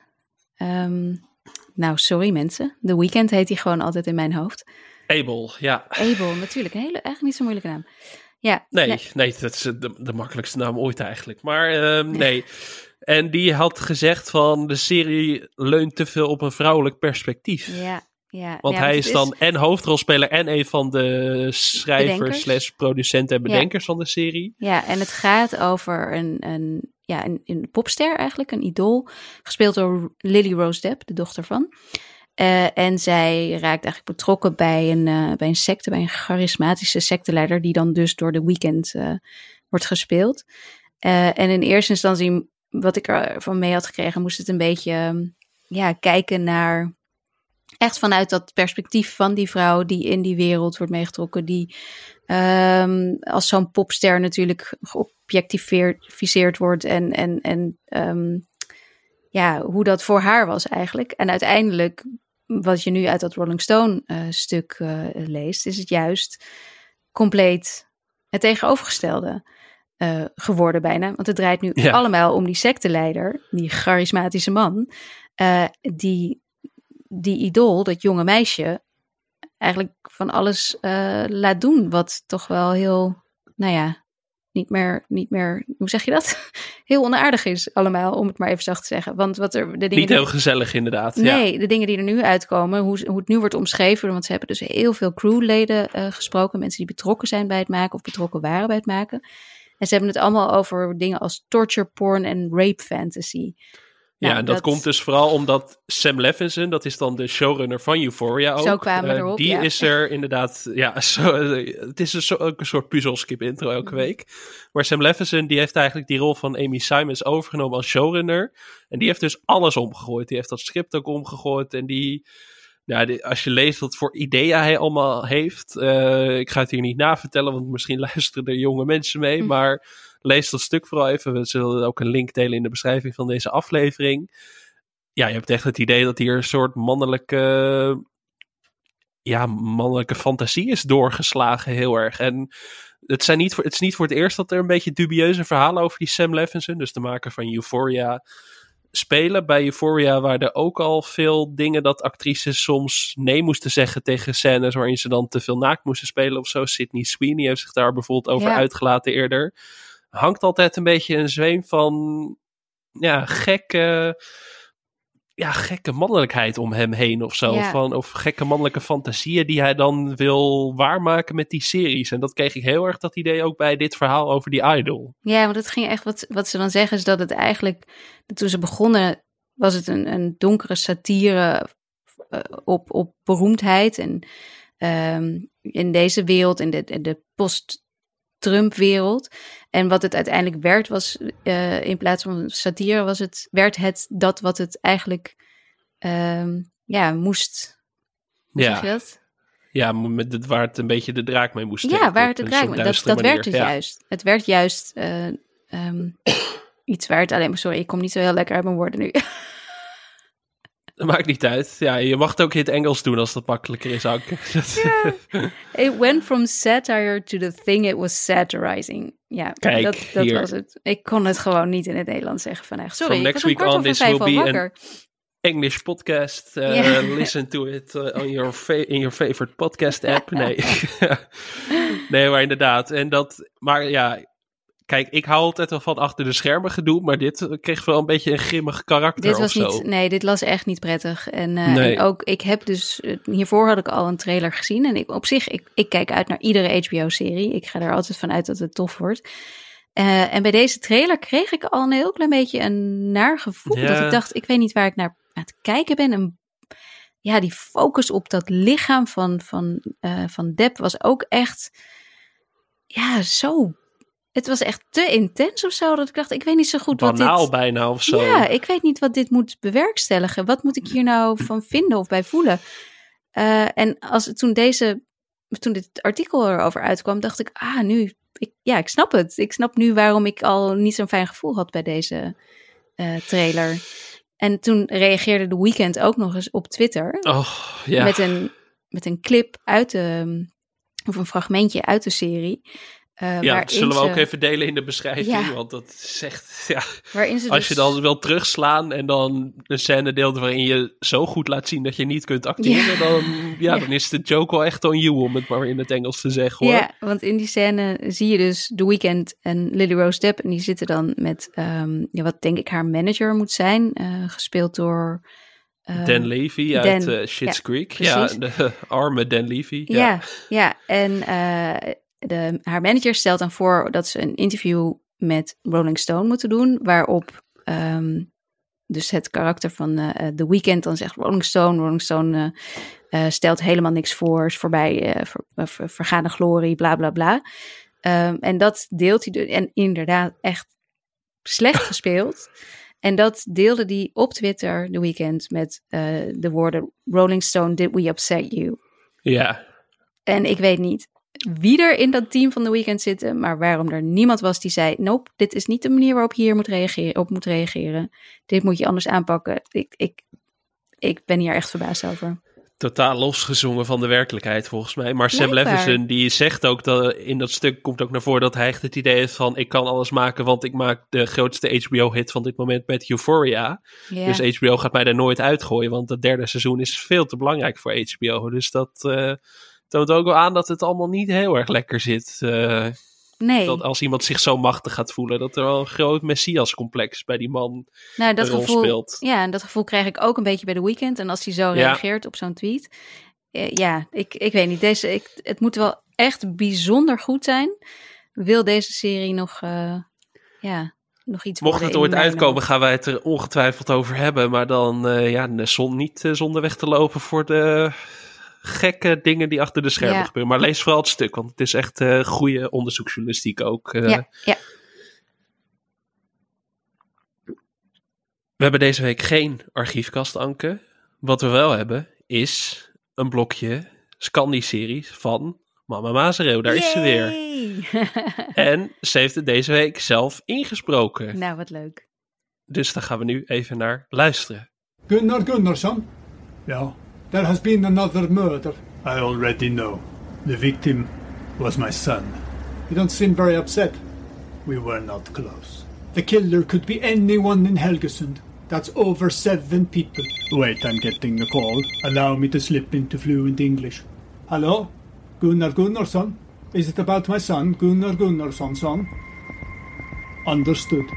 Um, nou, sorry mensen. The Weeknd heet hij gewoon altijd in mijn hoofd. Abel, ja. Abel, natuurlijk. Een hele, eigenlijk niet zo'n moeilijke naam. Ja, nee, nee, nee, dat is de, de makkelijkste naam ooit eigenlijk. Maar uh, nee. En die had gezegd van de serie leunt te veel op een vrouwelijk perspectief. Ja. Ja, Want ja, hij is is dan en hoofdrolspeler en een van de schrijvers, slash producenten en bedenkers ja. van de serie. Ja, en het gaat over een, een, ja, een, een popster eigenlijk, een idool, gespeeld door Lily Rose Depp, de dochter van. Uh, en zij raakt eigenlijk betrokken bij een, uh, bij een secte, bij een charismatische secteleider, die dan dus door The Weeknd uh, wordt gespeeld. Uh, en in eerste instantie, wat ik ervan mee had gekregen, moest het een beetje ja, kijken naar... Echt vanuit dat perspectief van die vrouw die in die wereld wordt meegetrokken. Die um, als zo'n popster natuurlijk geobjectificeerd wordt. En, en, en um, ja, hoe dat voor haar was eigenlijk. En uiteindelijk, wat je nu uit dat Rolling Stone uh, stuk uh, leest, is het juist compleet het tegenovergestelde uh, geworden bijna. Want het draait nu ja. allemaal om die secteleider, die charismatische man, uh, die... die idool, dat jonge meisje, eigenlijk van alles uh, laat doen. Wat toch wel heel, nou ja, niet meer, niet meer, hoe zeg je dat? Heel onaardig is allemaal, om het maar even zacht te zeggen. Want wat er, de dingen niet heel die, gezellig inderdaad. Nee, ja. de dingen die er nu uitkomen, hoe, hoe het nu wordt omschreven. Want ze hebben dus heel veel crewleden uh, gesproken. Mensen die betrokken zijn bij het maken of betrokken waren bij het maken. En ze hebben het allemaal over dingen als torture porn en rape fantasy. Ja, Nou, en dat, dat komt dus vooral omdat Sam Levinson, dat is dan de showrunner van Euphoria ook. Zo kwamen we uh, erop, Die ja. is er inderdaad, ja, zo, uh, het is een zo, ook een soort puzzelskip intro elke mm. week. Maar Sam Levinson, die heeft eigenlijk die rol van Amy Seimetz overgenomen als showrunner. En die heeft dus alles omgegooid. Die heeft dat script ook omgegooid en die... Ja, die, als je leest wat voor ideeën hij allemaal heeft. Uh, ik ga het hier niet navertellen, want misschien luisteren er jonge mensen mee. Mm. Maar lees dat stuk vooral even. We zullen ook een link delen in de beschrijving van deze aflevering. Ja, je hebt echt het idee dat hier een soort mannelijke... Ja, mannelijke fantasie is doorgeslagen heel erg. En het, zijn niet voor, het is niet voor het eerst dat er een beetje dubieuze verhalen over die Sam Levinson, dus de maker van Euphoria, spelen. Bij Euphoria waren er ook al veel dingen dat actrices soms nee moesten zeggen tegen scènes waarin ze dan te veel naakt moesten spelen of zo. Sydney Sweeney heeft zich daar bijvoorbeeld over ja. uitgelaten eerder. Hangt altijd een beetje een zweem van ja, gekke, ja, gekke mannelijkheid om hem heen of zo. Ja. Van, of gekke mannelijke fantasieën die hij dan wil waarmaken met die series. En dat kreeg ik heel erg dat idee ook bij dit verhaal over die Idol. Ja, want het ging echt, wat, wat ze dan zeggen is dat het eigenlijk, toen ze begonnen was het een, een donkere satire uh, op, op beroemdheid. En um, in deze wereld, in de, in de post-Trump-wereld. En wat het uiteindelijk werd was, uh, in plaats van satire, was het, werd het dat wat het eigenlijk um, ja, moest. Hoe ja. zeg je dat? Ja, met het, waar het een beetje de draak mee moest Ja, waar het de draak mee, dat, dat werd het ja. juist. Het werd juist uh, um, iets waar het alleen maar... Sorry, ik kom niet zo heel lekker uit mijn woorden nu. Dat maakt niet uit. Ja, je mag het ook in het Engels doen als dat makkelijker is, Anke. Ja. It went from satire to the thing it was satirizing. Ja, Kijk, dat, dat hier. was het. Ik kon het gewoon niet in het Nederlands zeggen vandaag. Sorry, From ik next was om week kwart on, over this vijf will al be wakker. English podcast. Uh, Ja. Listen to it uh, on your fa- in your favorite podcast app. Nee. nee, maar inderdaad. En dat, maar ja, kijk, ik hou altijd wel van achter de schermen gedoe, maar dit kreeg wel een beetje een grimmig karakter Dit of was zo. niet, nee, dit was echt niet prettig. En, uh, Nee. en ook, ik heb dus, uh, hiervoor had ik al een trailer gezien. En ik, op zich, ik, ik kijk uit naar iedere H B O-serie. Ik ga er altijd van uit dat het tof wordt. Uh, en bij deze trailer kreeg ik al een heel klein beetje een naar gevoel. Ja. Dat ik dacht, ik weet niet waar ik naar aan het kijken ben. En ja, die focus op dat lichaam van, van, uh, van Depp was ook echt, ja, zo... Het was echt te intens of zo, dat ik dacht, ik weet niet zo goed wat Banaal dit... bijna of zo. Ja, ik weet niet wat dit moet bewerkstelligen. Wat moet ik hier nou van vinden of bij voelen? Uh, en als toen deze, toen dit artikel erover uitkwam, dacht ik, ah, nu, ik, ja, ik snap het. Ik snap nu waarom ik al niet zo'n fijn gevoel had bij deze uh, trailer. En toen reageerde The Weeknd ook nog eens op Twitter Oh, ja. met een met een clip uit de, of een fragmentje uit de serie. Uh, Ja, dat zullen we ze, ook even delen in de beschrijving, Ja. want dat is echt, ja. waarin ze Als dus, je dan wil terugslaan en dan een scène deelt waarin je zo goed laat zien dat je niet kunt acteren, Ja. dan, ja, Ja. dan is de joke wel echt on you, om het maar in het Engels te zeggen, hoor. Ja, want in die scène zie je dus The Weeknd en Lily Rose Depp. En die zitten dan met, um, ja, wat denk ik haar manager moet zijn. Uh, gespeeld door... Uh, Dan Levy uit Dan, uh, Schitt's ja, Creek. precies. Ja, de arme Dan Levy. Ja, Ja, ja. En uh, de, haar manager stelt dan voor dat ze een interview met Rolling Stone moeten doen. Waarop um, dus het karakter van uh, The Weeknd dan zegt Rolling Stone. Rolling Stone uh, uh, stelt helemaal niks voor. Is voorbij, uh, ver, ver, vergane glorie, bla bla bla. Um, en dat deelt hij dus. En inderdaad echt slecht gespeeld. En dat deelde hij op Twitter, The Weeknd, met uh, de woorden Rolling Stone, did we upset you? ja. En ik weet niet wie er in dat team van The Weeknd zitten, maar waarom er niemand was die zei, nope, dit is niet de manier waarop je hier moet reageren, op moet reageren. Dit moet je anders aanpakken. Ik, ik, ik ben hier echt verbaasd over. Totaal losgezongen van de werkelijkheid, volgens mij. Maar Sam Blijkbaar. Levinson, die zegt ook, dat in dat stuk komt ook naar voren dat hij echt het idee heeft van, ik kan alles maken, want ik maak de grootste H B O-hit van dit moment met Euphoria. Ja. Dus H B O gaat mij daar nooit uitgooien, want het derde seizoen is veel te belangrijk voor H B O. Dus dat uh, toont ook wel aan dat het allemaal niet heel erg lekker zit. Uh, nee, dat als iemand zich zo machtig gaat voelen, dat er wel een groot Messias-complex bij die man nou, dat een rol gevoel, speelt. ja, en dat gevoel krijg ik ook een beetje bij The Weeknd. En als hij zo reageert op zo'n tweet, uh, ja, ik, ik weet niet. Deze, ik, het moet wel echt bijzonder goed zijn. Wil deze serie nog, uh, ja, nog iets Mocht worden het ooit in mijn uitkomen, hoofd. gaan wij het er ongetwijfeld over hebben. Maar dan uh, ja, zon, niet uh, zonder weg te lopen voor de gekke dingen die achter de schermen Ja. gebeuren. Maar lees vooral het stuk, want het is echt uh, goede onderzoeksjournalistiek ook. Uh. Ja, ja. We hebben deze week geen archiefkast, Anke. Wat we wel hebben, is een blokje Scandi-series van Mama Mazereel. Daar is ze weer. En ze heeft het deze week zelf ingesproken. Nou, wat leuk. Dus daar gaan we nu even naar luisteren. Gunnar Gunnarsson? Yeah, There has been another murder. I already know. The victim was my son. You don't seem very upset. We were not close. The killer could be anyone in Helgesund. That's over seven people. Wait, I'm getting a call. Allow me to slip into fluent English. Hello? Gunnar Gunnarsson? Is it about my son, Gunnar Gunnarsson's son? Understood.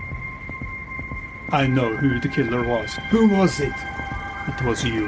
I know who the killer was. Who was it? It was you.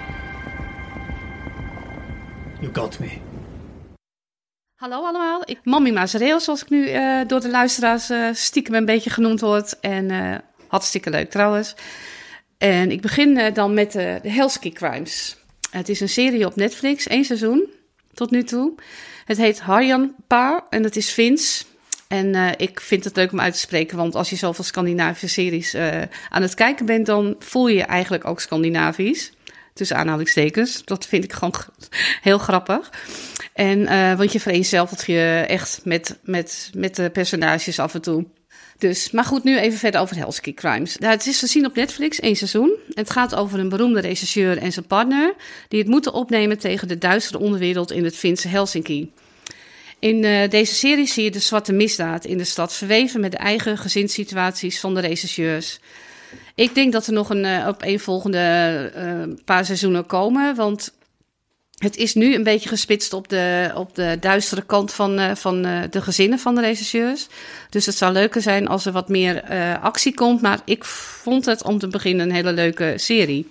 You got me. Hallo allemaal, ik Mami Mazereel, zoals ik nu uh, door de luisteraars uh, stiekem een beetje genoemd word. En uh, hartstikke leuk trouwens. En ik begin uh, dan met uh, de Helsinki Crimes. Het is een serie op Netflix, één seizoen tot nu toe. Het heet Harjan Paar en het is Fins. En uh, ik vind het leuk om uit te spreken, want als je zoveel Scandinavische series uh, aan het kijken bent, dan voel je je eigenlijk ook Scandinavisch. Tussen aanhalingstekens. Dat vind ik gewoon heel grappig. En uh, want je vereenzelvigt je echt met, met, met de personages af en toe. Dus, maar goed, nu even verder over Helsinki Crimes. Nou, het is te zien op Netflix, één seizoen. Het gaat over een beroemde regisseur en zijn partner die het moeten opnemen tegen de duistere onderwereld in het Finse Helsinki. In uh, deze serie zie je de zwarte misdaad in de stad verweven met de eigen gezinssituaties van de regisseurs. Ik denk dat er nog een uh, opeenvolgende uh, paar seizoenen komen, want het is nu een beetje gespitst op de, op de duistere kant van, uh, van uh, de gezinnen van de regisseurs. Dus het zou leuker zijn als er wat meer uh, actie komt, maar ik vond het om te beginnen een hele leuke serie.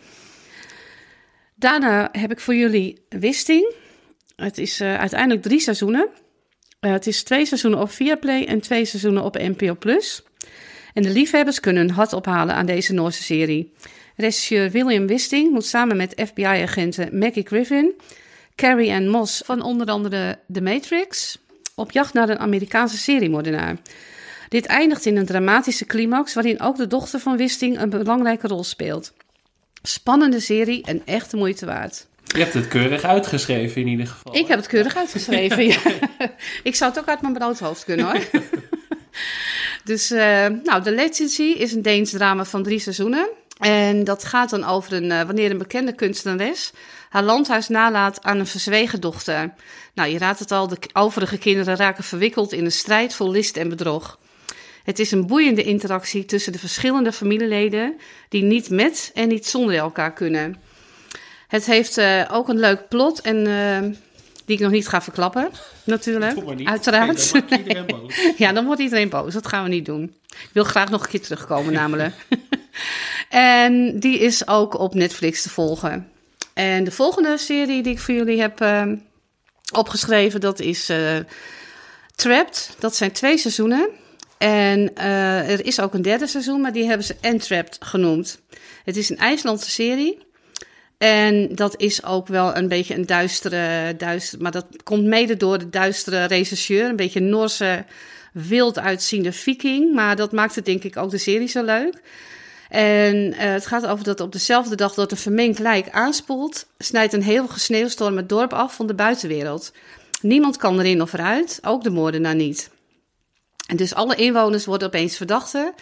Daarna heb ik voor jullie Wisting. Het is uh, uiteindelijk drie seizoenen. Uh, het is twee seizoenen op Viaplay en twee seizoenen op N P O plus. En de liefhebbers kunnen hun hart ophalen aan deze Noorse serie. Regisseur William Wisting moet samen met F B I-agenten Maggie Griffin, Carrie Ann Moss van onder andere The Matrix, op jacht naar een Amerikaanse seriemoordenaar. Dit eindigt in een dramatische climax waarin ook de dochter van Wisting een belangrijke rol speelt. Spannende serie en echt de moeite waard. Je hebt het keurig uitgeschreven in ieder geval. Ik heb het keurig uitgeschreven, ja. Ik zou het ook uit mijn broodhoofd kunnen, hoor. Dus, uh, nou, The Legacy is een Deens drama van drie seizoenen. En dat gaat dan over een, uh, wanneer een bekende kunstenares haar landhuis nalaat aan een verzwegen dochter. Nou, je raadt het al, de overige kinderen raken verwikkeld in een strijd vol list en bedrog. Het is een boeiende interactie tussen de verschillende familieleden die niet met en niet zonder elkaar kunnen. Het heeft uh, ook een leuk plot en uh, die ik nog niet ga verklappen, natuurlijk. Doe maar niet. Uiteraard. Nee, dan wordt iedereen boos. Ja, dan wordt iedereen boos. Dat gaan we niet doen. Ik wil graag nog een keer terugkomen, namelijk. En die is ook op Netflix te volgen. En de volgende serie die ik voor jullie heb uh, opgeschreven, dat is uh, Trapped. Dat zijn twee seizoenen. En uh, er is ook een derde seizoen, maar die hebben ze Entrapped genoemd. Het is een IJslandse serie. En dat is ook wel een beetje een duistere, duistere... maar dat komt mede door de duistere regisseur. Een beetje een Noorse, wild uitziende viking. Maar dat maakt het denk ik ook de serie zo leuk. En uh, het gaat over dat op dezelfde dag dat een vermengd lijk aanspoelt, snijdt een hevige sneeuwstorm het dorp af van de buitenwereld. Niemand kan erin of eruit, ook de moordenaar niet. En dus alle inwoners worden opeens verdachten.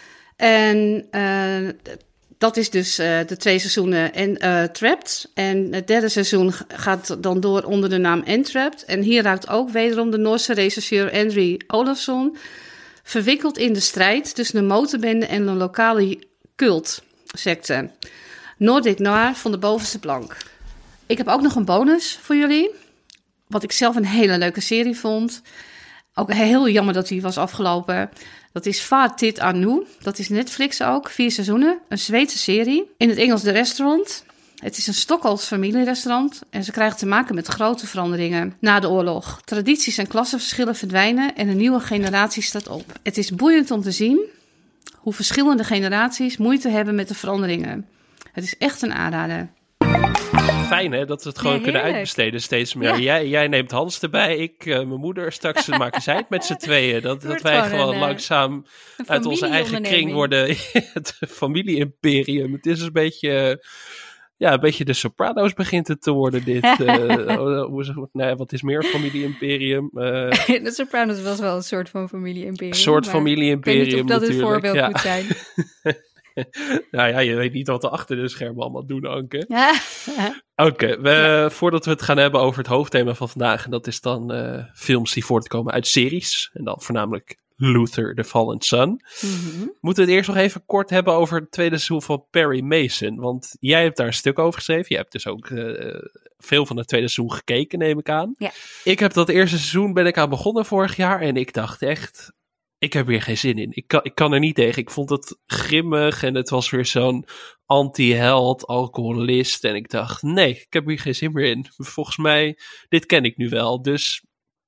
En uh, dat is dus uh, de twee seizoenen en, uh, Trapped. En het derde seizoen gaat dan door onder de naam Entrapped. En hier raakt ook wederom de Noorse regisseur Andrew Olafsson verwikkeld in de strijd tussen een motorbende en een lokale cultsecte. Nordic Noir van de bovenste plank. Ik heb ook nog een bonus voor jullie. Wat ik zelf een hele leuke serie vond. Ook heel jammer dat die was afgelopen. Dat is Vaartit Anu. Dat is Netflix ook. Vier seizoenen. Een Zweedse serie. In het Engels The Restaurant. Het is een Stockholms familierestaurant. En ze krijgen te maken met grote veranderingen na de oorlog. Tradities en klassenverschillen verdwijnen en een nieuwe generatie staat op. Het is boeiend om te zien hoe verschillende generaties moeite hebben met de veranderingen. Het is echt een aanrader. Fijn hè, dat we het gewoon Ja, kunnen heerlijk. uitbesteden steeds meer. Ja. Jij, jij neemt Hans erbij, ik, uh, mijn moeder. Straks maken zij het met z'n tweeën. Dat, dat Wordt wij gewoon gewoon een, uh, langzaam Een uit onze eigen kring familieonderneming. worden het familie-imperium. Het is een beetje, uh, ja, een beetje de Sopranos begint het te worden dit. Uh, hoe is het? Nee, wat is meer familie-imperium? Uh, De Sopranos was wel een soort van familie-imperium. Een soort maar familie-imperium Ik weet niet of dat het natuurlijk, voorbeeld ja. moet zijn. nou ja, je weet niet wat er achter de schermen allemaal doen, Anke. Ja. Oké, we- voordat we het gaan hebben over het hoofdthema van vandaag, en dat is dan uh, films die voortkomen uit series, en dan voornamelijk Luther, The Fallen Sun. Mhm. Moeten we het eerst nog even kort hebben over het tweede seizoen van Perry Mason, want jij hebt daar een stuk over geschreven. Je hebt dus ook uh, veel van het tweede seizoen gekeken, neem ik aan. Ja. Ik heb dat eerste seizoen, ben ik aan begonnen vorig jaar, en ik dacht echt, ik heb hier geen zin in. Ik kan, ik kan er niet tegen. Ik vond het grimmig en het was weer zo'n anti-held, alcoholist. En ik dacht, nee, ik heb hier geen zin meer in. Volgens mij, dit ken ik nu wel. Dus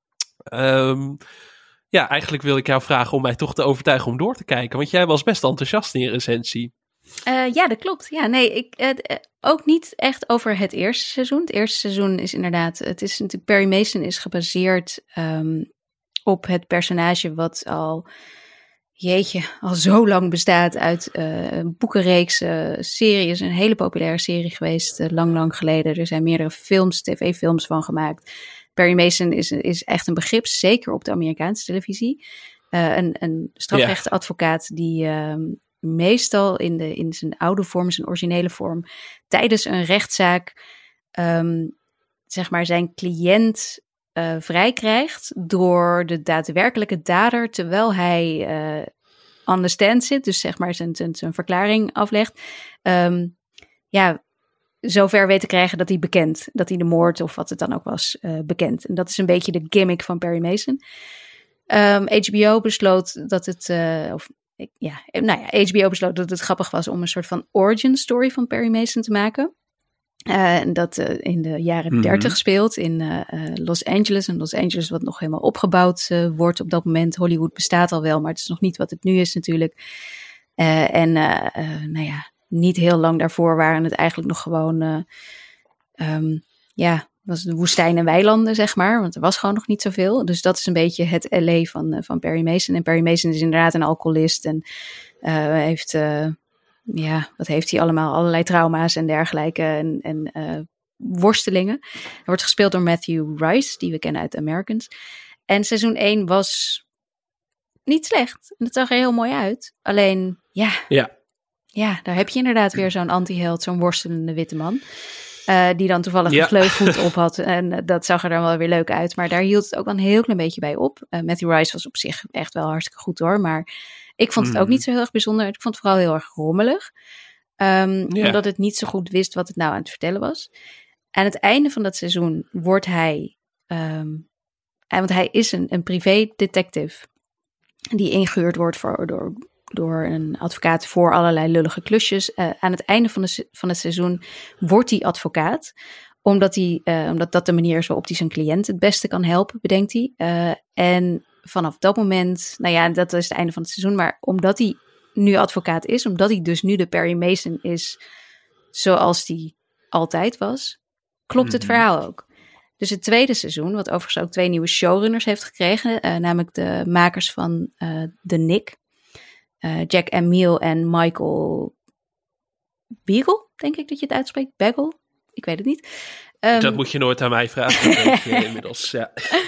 um, ja, eigenlijk wil ik jou vragen om mij toch te overtuigen om door te kijken. Want jij was best enthousiast in je recensie. Uh, ja, dat klopt. Ja, nee, ik, uh, uh, ook niet echt over het eerste seizoen. Het eerste seizoen is inderdaad, het is natuurlijk, Perry Mason is gebaseerd um, op het personage wat al, jeetje, al zo lang bestaat uit uh, een boekenreeks, uh, serie. Is een hele populaire serie geweest, uh, lang, lang geleden. Er zijn meerdere films, tv-films van gemaakt. Perry Mason is, is echt een begrip, zeker op de Amerikaanse televisie. Uh, een, een strafrechtadvocaat die uh, meestal in, de, in zijn oude vorm, zijn originele vorm, tijdens een rechtszaak um, zeg maar zijn cliënt uh, vrij krijgt door de daadwerkelijke dader, terwijl hij uh, on the stand zit, dus zeg maar zijn, zijn, zijn verklaring aflegt, um, ja, zover weet te krijgen dat hij bekent, dat hij de moord of wat het dan ook was, uh, bekent. En dat is een beetje de gimmick van Perry Mason. Um, H B O besloot dat het, uh, of ja, nou ja, H B O besloot dat het grappig was om een soort van origin story van Perry Mason te maken. Uh, en dat uh, in de jaren dertig mm-hmm. speelt in uh, uh, Los Angeles. En Los Angeles wat nog helemaal opgebouwd uh, wordt op dat moment. Hollywood bestaat al wel, maar het is nog niet wat het nu is natuurlijk. Uh, en uh, uh, nou ja, niet heel lang daarvoor waren het eigenlijk nog gewoon, uh, um, ja, was de woestijn en weilanden, zeg maar. Want er was gewoon nog niet zoveel. Dus dat is een beetje het L A van, uh, van Perry Mason. En Perry Mason is inderdaad een alcoholist en uh, heeft... Uh, Ja, wat heeft hij allemaal? Allerlei trauma's en dergelijke en, en uh, worstelingen. Hij wordt gespeeld door Matthew Rice, die we kennen uit Americans. En seizoen één was niet slecht. En het zag er heel mooi uit. Alleen, ja, ja, ja daar heb je inderdaad weer zo'n anti-held, zo'n worstelende witte man. Uh, die dan toevallig ja. een gleufvoet op had. En uh, dat zag er dan wel weer leuk uit. Maar daar hield het ook wel een heel klein beetje bij op. Uh, Matthew Rice was op zich echt wel hartstikke goed hoor. Maar ik vond het ook niet zo heel erg bijzonder. Ik vond het vooral heel erg rommelig. Um, ja. Omdat het niet zo goed wist wat het nou aan het vertellen was. Aan het einde van dat seizoen wordt hij... Um, want hij is een, een privé detective. Die ingehuurd wordt voor, door, door een advocaat voor allerlei lullige klusjes. Uh, aan het einde van, de, van het seizoen wordt hij advocaat. Omdat, hij, uh, omdat dat de manier is waarop hij zijn cliënt het beste kan helpen, bedenkt hij. Uh, en... Vanaf dat moment, nou ja, dat is het einde van het seizoen. Maar omdat hij nu advocaat is, omdat hij dus nu de Perry Mason is zoals hij altijd was, klopt het mm-hmm. verhaal ook. Dus het tweede seizoen, wat overigens ook twee nieuwe showrunners heeft gekregen, uh, namelijk de makers van uh, The Nick, uh, Jack Amiel en Michael Beagle, denk ik dat je het uitspreekt, Bagel, ik weet het niet. Um, dat moet je nooit aan mij vragen, denk je inmiddels, ja.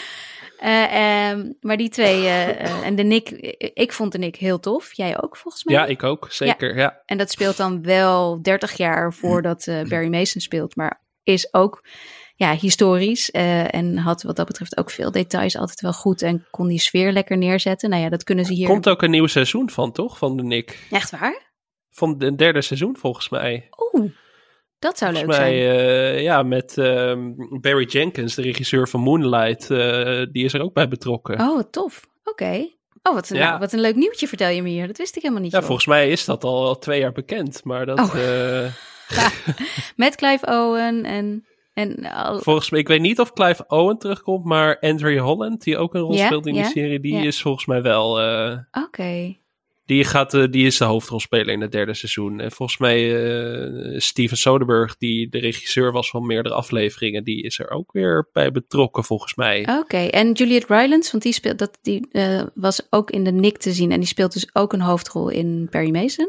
Uh, um, maar die twee, uh, uh, en de Nick, ik vond de Nick heel tof. Jij ook, volgens mij? Ja, ik ook, zeker, ja. ja. En dat speelt dan wel dertig jaar voordat uh, Perry Mason speelt, maar is ook ja, historisch. Uh, en had wat dat betreft ook veel details altijd wel goed en kon die sfeer lekker neerzetten. Nou ja, dat kunnen ze hier... Er komt ook een nieuw seizoen van, toch? Van de Nick. Echt waar? Van het derde seizoen, volgens mij. Oeh. Dat zou Volgens leuk mij, zijn. Uh, ja, met uh, Barry Jenkins, de regisseur van Moonlight, uh, die is er ook bij betrokken. Oh, wat tof. Oké. Okay. Oh, wat een, ja. nou, wat een leuk nieuwtje vertel je me hier. Dat wist ik helemaal niet. Ja, joh. Volgens mij is dat al, al twee jaar bekend, maar dat... Oh. Uh... ja. Met Clive Owen en... en al... Volgens mij, ik weet niet of Clive Owen terugkomt, maar Andrea Holland, die ook een rol ja? speelt in ja? die serie, die ja. is volgens mij wel... Uh... Oké. Okay. Die, gaat, uh, die is de hoofdrolspeler in het derde seizoen. En volgens mij uh, Steven Soderbergh, die de regisseur was van meerdere afleveringen, die is er ook weer bij betrokken volgens mij. Oké, okay. En Juliette Rylance, want die, speelt, dat, die uh, was ook in de Nick te zien en die speelt dus ook een hoofdrol in Perry Mason.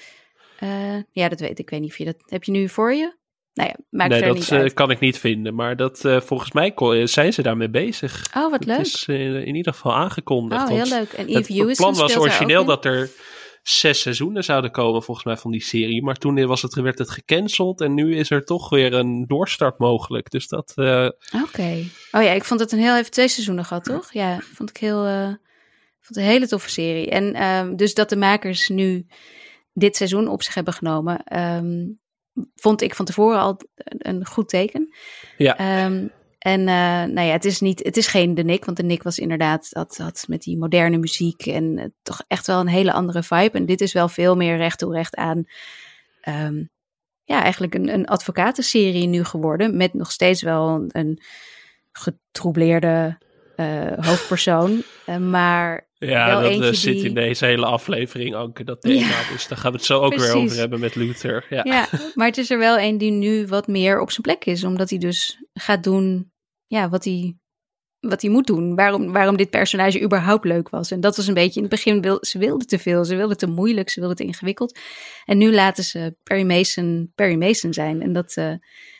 Uh, ja, dat weet ik. Ik weet niet of je dat... Heb je nu voor je? Nou ja, maakt nee, verder dat niet uit. Uh, kan ik niet vinden. Maar dat, uh, volgens mij kon, zijn ze daarmee bezig. Oh, wat leuk. Het is uh, in ieder geval aangekondigd. Oh, heel leuk. En Eve het plan was origineel dat er zes seizoenen zouden komen, volgens mij, van die serie. Maar toen was het, werd het gecanceld. En nu is er toch weer een doorstart mogelijk. Dus dat... Uh... Oké. Okay. Oh ja, ik vond het een heel even twee seizoenen gehad, toch? Ja, vond ik heel... Uh, vond het een hele toffe serie. En um, dus dat de makers nu dit seizoen op zich hebben genomen... Um, vond ik van tevoren al een goed teken. Ja. Um, en uh, nou ja, het is, niet, het is geen de Nick, want de Nick was inderdaad dat, dat met die moderne muziek en uh, toch echt wel een hele andere vibe. En dit is wel veel meer recht toe recht aan, um, ja, eigenlijk een, een advocatenserie nu geworden, met nog steeds wel een, een getroubleerde uh, hoofdpersoon, uh, maar ja, wel dat eentje uh, zit die... in deze hele aflevering ook, dat thema. Ja, dus daar gaan we het zo ook precies. weer over hebben met Luther. Ja. ja, maar het is er wel een die nu wat meer op zijn plek is, omdat hij dus gaat doen ja, wat hij, wat hij moet doen. Waarom, waarom dit personage überhaupt leuk was. En dat was een beetje, in het begin, wil, ze wilden te veel, ze wilden te moeilijk, ze wilden te ingewikkeld. En nu laten ze Perry Mason Perry Mason zijn. En dat, uh,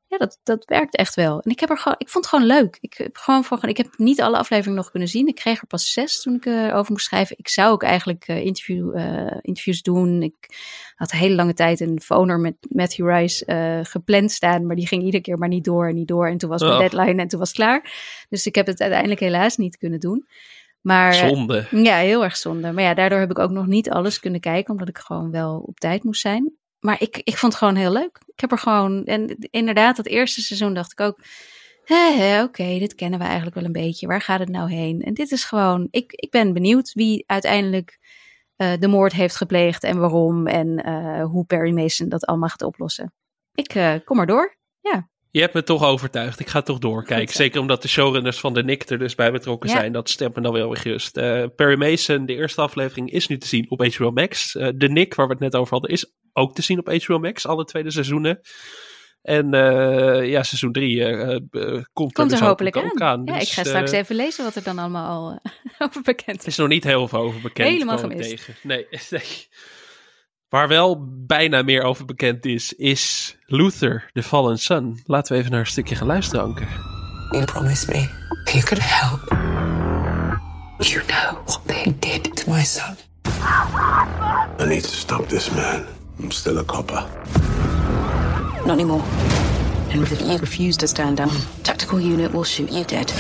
ja, dat, dat werkt echt wel. En ik, heb er gewoon, ik vond het gewoon leuk. Ik, heb gewoon voor, ik heb niet alle afleveringen nog kunnen zien. Ik kreeg er pas zes toen ik uh, over moest schrijven. Ik zou ook eigenlijk uh, interview, uh, interviews doen. Ik had een hele lange tijd een phoner met Matthew Rice uh, gepland staan. Maar die ging iedere keer maar niet door en niet door. En toen was mijn oh. deadline en toen was het klaar. Dus ik heb het uiteindelijk helaas niet kunnen doen. Maar, zonde. Uh, ja, heel erg zonde. Maar ja, daardoor heb ik ook nog niet alles kunnen kijken. Omdat ik gewoon wel op tijd moest zijn. Maar ik, ik vond het gewoon heel leuk. Ik heb er gewoon... En inderdaad, het eerste seizoen dacht ik ook... Oké, okay, dit kennen we eigenlijk wel een beetje. Waar gaat het nou heen? En dit is gewoon... Ik, ik ben benieuwd wie uiteindelijk uh, de moord heeft gepleegd en waarom. En uh, hoe Perry Mason dat allemaal gaat oplossen. Ik uh, kom maar door. Ja. Je hebt me toch overtuigd. Ik ga toch doorkijken. Zeker omdat de showrunners van The Nick er dus bij betrokken ja. zijn. Dat stemt me dan wel weer gerust. Uh, Perry Mason, de eerste aflevering, is nu te zien op H B O Max. Uh, The Nick, waar we het net over hadden, is ook te zien op H B O Max. Alle tweede seizoenen. En uh, ja, seizoen drie uh, uh, komt, komt er, er dus hopelijk ook aan. aan. Ja, dus, ik ga straks uh, even lezen wat er dan allemaal al uh, over bekend is. Er is nog niet heel veel over bekend. Helemaal gemist. Tegen. Nee, nee. Waar wel bijna meer over bekend is, is Luther, The Fallen Sun. Laten we even naar een stukje gaan luisteren, Anke. You promised me you could help. You know what they did to my son. I need to stop this man. I'm still a copper. Not anymore. And if you refuse to stand down, tactical unit will shoot you dead.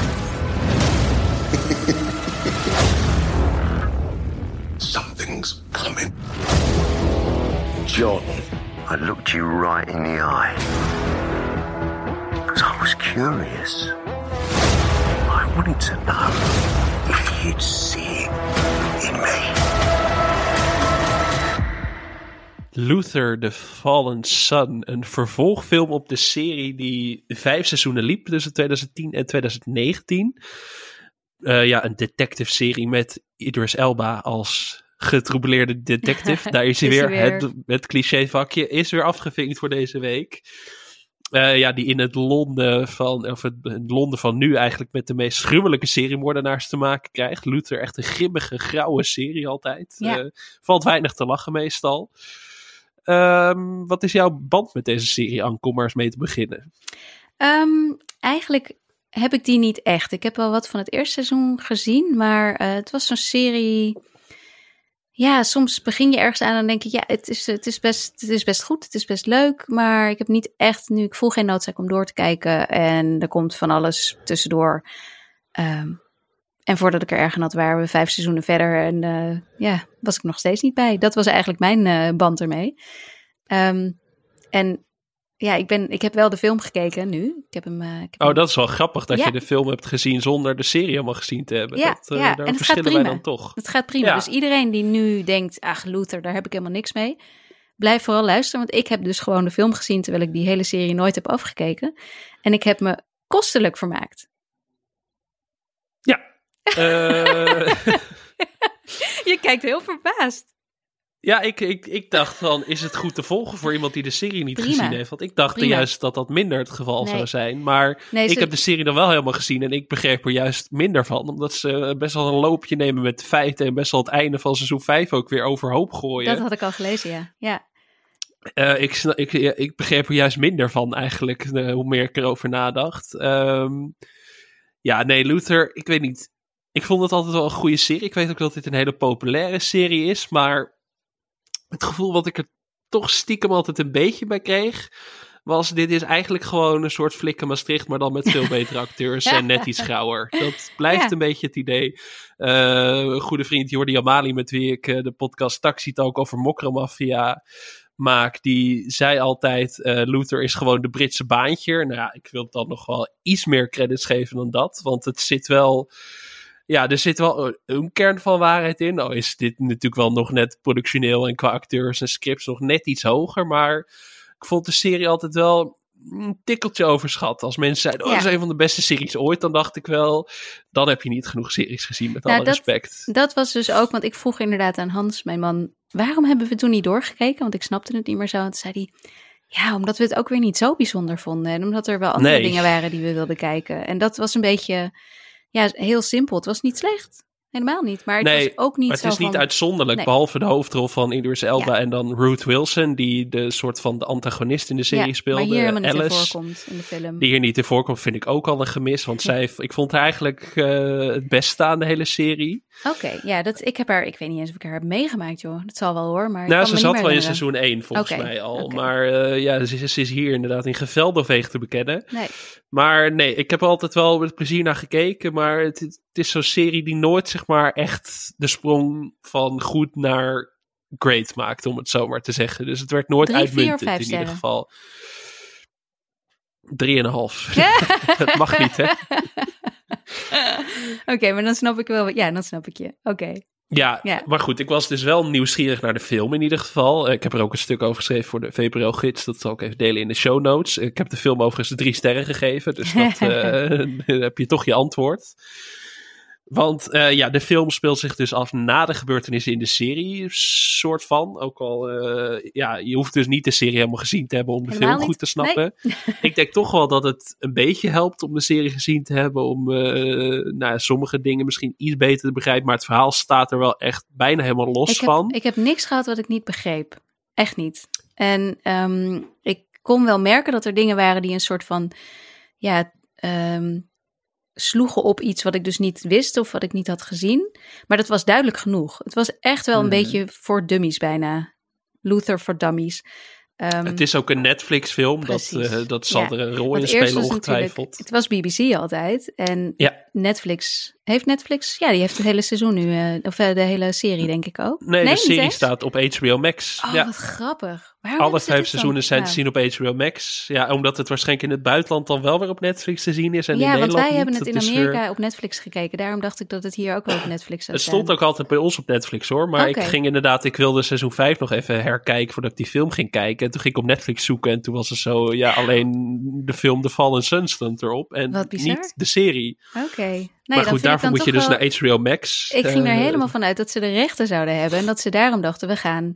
Something's coming. John, I looked you right in the eye. Because I was curious. I wanted to know if you'd see it in me. Luther, The Fallen Sun. Een vervolgfilm op de serie die vijf seizoenen liep tussen twintig tien en twintig negentien. Uh, ja, een detective serie met Idris Elba als getroubleerde detective. Daar is hij is weer. hij weer. Het, het clichévakje is weer afgevinkt voor deze week. Uh, ja, die in het Londen van, of het, het Londen van nu eigenlijk met de meest gruwelijke seriemoordenaars te maken krijgt. Luther, echt een grimmige, grauwe serie altijd. Ja. Uh, valt weinig te lachen meestal. Um, wat is jouw band met deze serie, Anke, om maar eens mee te beginnen? Um, eigenlijk heb ik die niet echt. Ik heb wel wat van het eerste seizoen gezien, maar uh, het was zo'n serie... Ja, soms begin je ergens aan en dan denk je, ja, het is, het, is best, het is best goed, het is best leuk, maar ik heb niet echt, nu ik voel geen noodzaak om door te kijken en er komt van alles tussendoor. Um, en voordat ik er erg aan had, waren we vijf seizoenen verder en uh, ja, was ik nog steeds niet bij. Dat was eigenlijk mijn uh, band ermee. Um, en ja, ik, ben, ik heb wel de film gekeken nu. Ik heb hem, uh, ik heb oh, hem... dat is wel grappig dat ja. je de film hebt gezien zonder de serie helemaal gezien te hebben. Ja, dat, uh, ja. daar En het verschillen gaat wij prima. dan toch. Het gaat prima. Ja. Dus iedereen die nu denkt, ach Luther, daar heb ik helemaal niks mee. Blijf vooral luisteren, want ik heb dus gewoon de film gezien terwijl ik die hele serie nooit heb afgekeken. En ik heb me kostelijk vermaakt. Ja. Uh... Je kijkt heel verbaasd. Ja, ik, ik, ik dacht van, is het goed te volgen voor iemand die de serie niet Prima. gezien heeft? Want ik dacht Prima. juist dat dat minder het geval Nee. zou zijn. Maar Nee, ik ze- heb de serie dan wel helemaal gezien en ik begreep er juist minder van. Omdat ze best wel een loopje nemen met feiten en best wel het einde van seizoen vijf ook weer overhoop gooien. Dat had ik al gelezen, ja. ja. Uh, ik, sna- ik, ja, ik begreep er juist minder van eigenlijk, uh, hoe meer ik erover nadacht. Um, ja, nee, Luther, ik weet niet. Ik vond het altijd wel een goede serie. Ik weet ook dat dit een hele populaire serie is, maar het gevoel wat ik er toch stiekem altijd een beetje bij kreeg, was dit is eigenlijk gewoon een soort Flikken Maastricht, maar dan met veel betere acteurs en net iets grauwer. Dat blijft Ja. een beetje het idee. Uh, een goede vriend Jordi Amali, met wie ik uh, de podcast Taxi Talk over Mokromafia maak, die zei altijd, uh, Luther is gewoon de Britse Baantje. Nou ja, ik wil het dan nog wel iets meer credits geven dan dat, want het zit wel... Ja, er zit wel een kern van waarheid in. Nou is dit natuurlijk wel nog net productioneel en qua acteurs en scripts nog net iets hoger. Maar ik vond de serie altijd wel een tikkeltje overschat. Als mensen zeiden, oh, Ja. dat is een van de beste series ooit. Dan dacht ik wel, dan heb je niet genoeg series gezien, met Nou, alle dat- respect. Dat was dus ook, want ik vroeg inderdaad aan Hans, mijn man, waarom hebben we toen niet doorgekeken? Want ik snapte het niet meer zo. En toen zei hij, ja, omdat we het ook weer niet zo bijzonder vonden. En omdat er wel andere Nee. dingen waren die we wilden kijken. En dat was een beetje, ja, heel simpel. Het was niet slecht. helemaal niet. Maar het nee, was ook niet maar zo het is van... niet uitzonderlijk, Nee. behalve de hoofdrol van Idris Elba Ja. en dan Ruth Wilson, die de soort van de antagonist in de serie ja, speelde. maar hier helemaal niet in Alice, voorkomt in de film. die hier niet in voorkomt, vind ik ook al een gemis. Want zij, ik vond haar eigenlijk uh, het beste aan de hele serie. Oké, okay, ja, dat, ik heb haar, ik weet niet eens of ik haar heb meegemaakt, joh. Dat zal wel hoor, maar ik Nou, kan ze me zat niet wel meer in herinneren. seizoen één, volgens Okay, mij al. okay. Maar uh, ja, ze, ze is hier inderdaad in geweldig weeg te bekennen. Nee. Maar nee, ik heb er altijd wel met plezier naar gekeken. Maar het, het is zo'n serie die nooit, zeg maar, echt de sprong van goed naar great maakt, om het zo maar te zeggen. Dus het werd nooit Drie, vier of uitmuntend vijf in sterren? ieder geval. Drieënhalf. Dat mag niet, hè? Oké, okay, maar dan snap ik wel. Ja, dan snap ik je. Oké. Okay. Ja, ja, maar goed, ik was dus wel nieuwsgierig naar de film in ieder geval. Ik heb er ook een stuk over geschreven voor de V P R O-gids. Dat zal ik even delen in de show notes. Ik heb de film overigens drie sterren gegeven. Dus dat uh, heb je toch je antwoord. Want uh, ja, de film speelt zich dus af na de gebeurtenissen in de serie, soort van. Ook al, uh, ja, je hoeft dus niet de serie helemaal gezien te hebben om de helemaal film niet. goed te snappen. Nee. Ik denk toch wel dat het een beetje helpt om de serie gezien te hebben, om uh, nou, sommige dingen misschien iets beter te begrijpen. Maar het verhaal staat er wel echt bijna helemaal los ik heb, van. Ik heb niks gehad wat ik niet begreep. Echt niet. En um, ik kon wel merken dat er dingen waren die een soort van, ja... Um, sloegen op iets wat ik dus niet wist of wat ik niet had gezien. Maar dat was duidelijk genoeg. Het was echt wel een hmm. beetje voor dummies bijna. Luther voor dummies. Um, het is ook een Netflix-film. Dat, uh, dat zal ja. er een rol Want in spelen, ongetwijfeld. Het was B B C altijd. En ja. Netflix... Heeft Netflix... Ja, die heeft het hele seizoen nu... Uh, of uh, de hele serie, denk ik ook. Nee, nee de serie staat op H B O Max. Oh, ja. wat grappig. Waarom Alle vijf seizoenen dan? zijn ja. te zien op H B O Max. Ja, omdat het waarschijnlijk in het buitenland dan wel weer op Netflix te zien is. En ja, in want Nederland wij niet. hebben het dat in Amerika weer... op Netflix gekeken. Daarom dacht ik dat het hier ook wel op Netflix zou Het zijn. stond ook altijd bij ons op Netflix, hoor. Maar okay. ik ging inderdaad... Ik wilde seizoen vijf nog even herkijken voordat ik die film ging kijken. En toen ging ik op Netflix zoeken. En toen was er zo... Ja, alleen de film The Fallen Sun stond erop. En niet de serie. Oké. Okay. Nee, maar goed, daarvoor moet je dus wel... naar H B O Max. Ik ging er uh, helemaal van uit dat ze de rechten zouden hebben. En dat ze daarom dachten, we gaan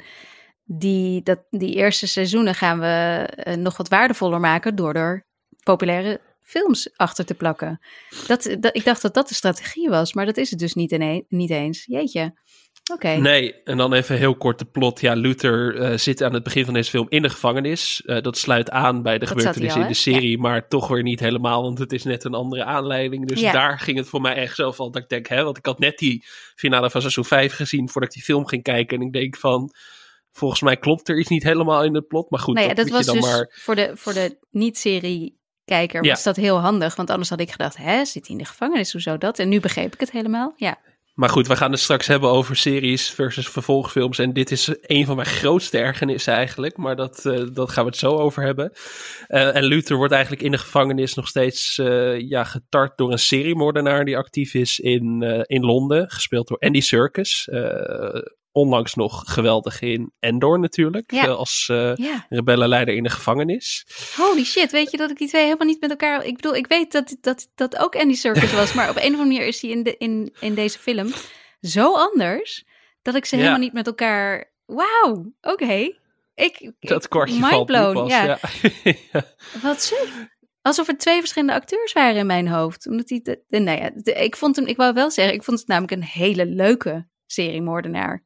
die, dat, die eerste seizoenen gaan we uh, nog wat waardevoller maken door er populaire films achter te plakken. Dat, dat, ik dacht dat dat de strategie was, maar dat is het dus niet, in, niet eens. Jeetje. Oké. Okay. Nee, en dan even heel kort de plot. Ja, Luther uh, zit aan het begin van deze film in de gevangenis. Uh, dat sluit aan bij de dat gebeurtenissen in de serie, ja. maar toch weer niet helemaal, want het is net een andere aanleiding. Dus ja. daar ging het voor mij echt zo van dat ik denk, hè, want ik had net die finale van seizoen vijf gezien voordat ik die film ging kijken. En ik denk van, volgens mij klopt er iets niet helemaal in het plot. Maar goed, nou ja, dat, dat was je dan dus maar... voor de, voor de niet-serie kijker ja. was dat heel handig, want anders had ik gedacht, hè, zit hij in de gevangenis, hoezo dat? En nu begreep ik het helemaal, ja. Maar goed, we gaan het straks hebben over series versus vervolgfilms. En dit is een van mijn grootste ergernissen eigenlijk. Maar dat, uh, dat gaan we het zo over hebben. Uh, en Luther wordt eigenlijk in de gevangenis nog steeds uh, ja, getart door een seriemoordenaar die actief is in, uh, in Londen. Gespeeld door Andy Serkis. Uh, onlangs nog geweldig in Endor natuurlijk. Ja. Uh, als uh, ja. rebellenleider in de gevangenis. Holy shit, weet je dat ik die twee helemaal niet met elkaar... Ik bedoel, ik weet dat dat, dat ook Andy Serkis was. Maar op een of andere manier is hij in, de, in, in deze film zo anders... dat ik ze ja. helemaal niet met elkaar... Wauw, oké. Okay. Ik, dat kwartje valt nu pas, ja. ja. ja. Wat suf. Alsof er twee verschillende acteurs waren in mijn hoofd. Omdat die... De, de, nou ja, de, ik vond hem... Ik wou wel zeggen, ik vond het namelijk een hele leuke seriemoordenaar.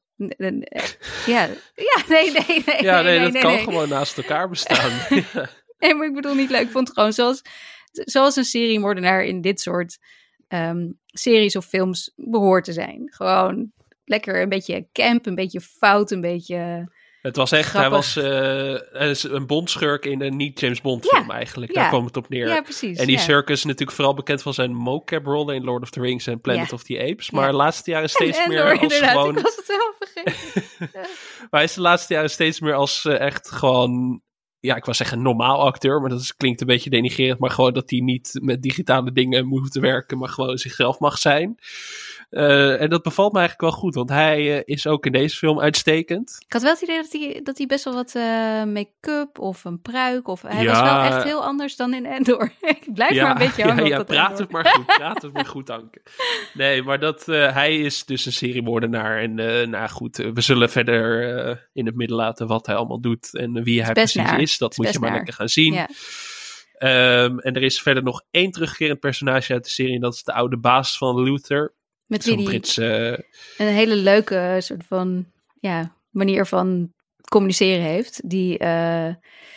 Ja, ja, nee, nee, nee. Ja, nee, nee dat nee, kan nee. gewoon naast elkaar bestaan. Nee, maar ik bedoel niet leuk. Ik vond het gewoon zoals, zoals een seriemoordenaar in dit soort um, series of films behoort te zijn. Gewoon lekker een beetje camp, een beetje fout, een beetje... Het was echt, grappig. Hij was uh, een Bondschurk in een niet-James Bond film ja, eigenlijk. Daar ja. kwam het op neer. Ja, precies. En die ja. Serkis is natuurlijk vooral bekend van zijn mocap-rollen in Lord of the Rings en Planet ja. of the Apes. Maar ja. de laatste jaren steeds en, en meer door, als inderdaad, gewoon... ik was het helemaal vergeten. ja. Maar hij is de laatste jaren steeds meer als uh, echt gewoon... Ja, ik wou zeggen normaal acteur, maar dat is, klinkt een beetje denigrerend. Maar gewoon dat hij niet met digitale dingen moet werken, maar gewoon zichzelf mag zijn. Uh, en dat bevalt me eigenlijk wel goed, want hij uh, is ook in deze film uitstekend. Ik had wel het idee dat hij, dat hij best wel wat uh, make-up of een pruik, of hij ja. was wel echt heel anders dan in Endor. Ik blijf ja, maar een beetje hangen ja, ja, op dat praat Endor. het maar goed, praat het maar goed, Anke. Nee, maar dat, uh, hij is dus een seriemoordenaar en uh, nou goed, uh, we zullen verder uh, in het midden laten wat hij allemaal doet en wie hij precies naar. is. Dat is moet je maar naar. lekker gaan zien. Ja. Um, en er is verder nog één terugkerend personage uit de serie en dat is de oude baas van Luther. Met Zo'n wie die Britse... een hele leuke soort van ja, manier van communiceren heeft. Die uh,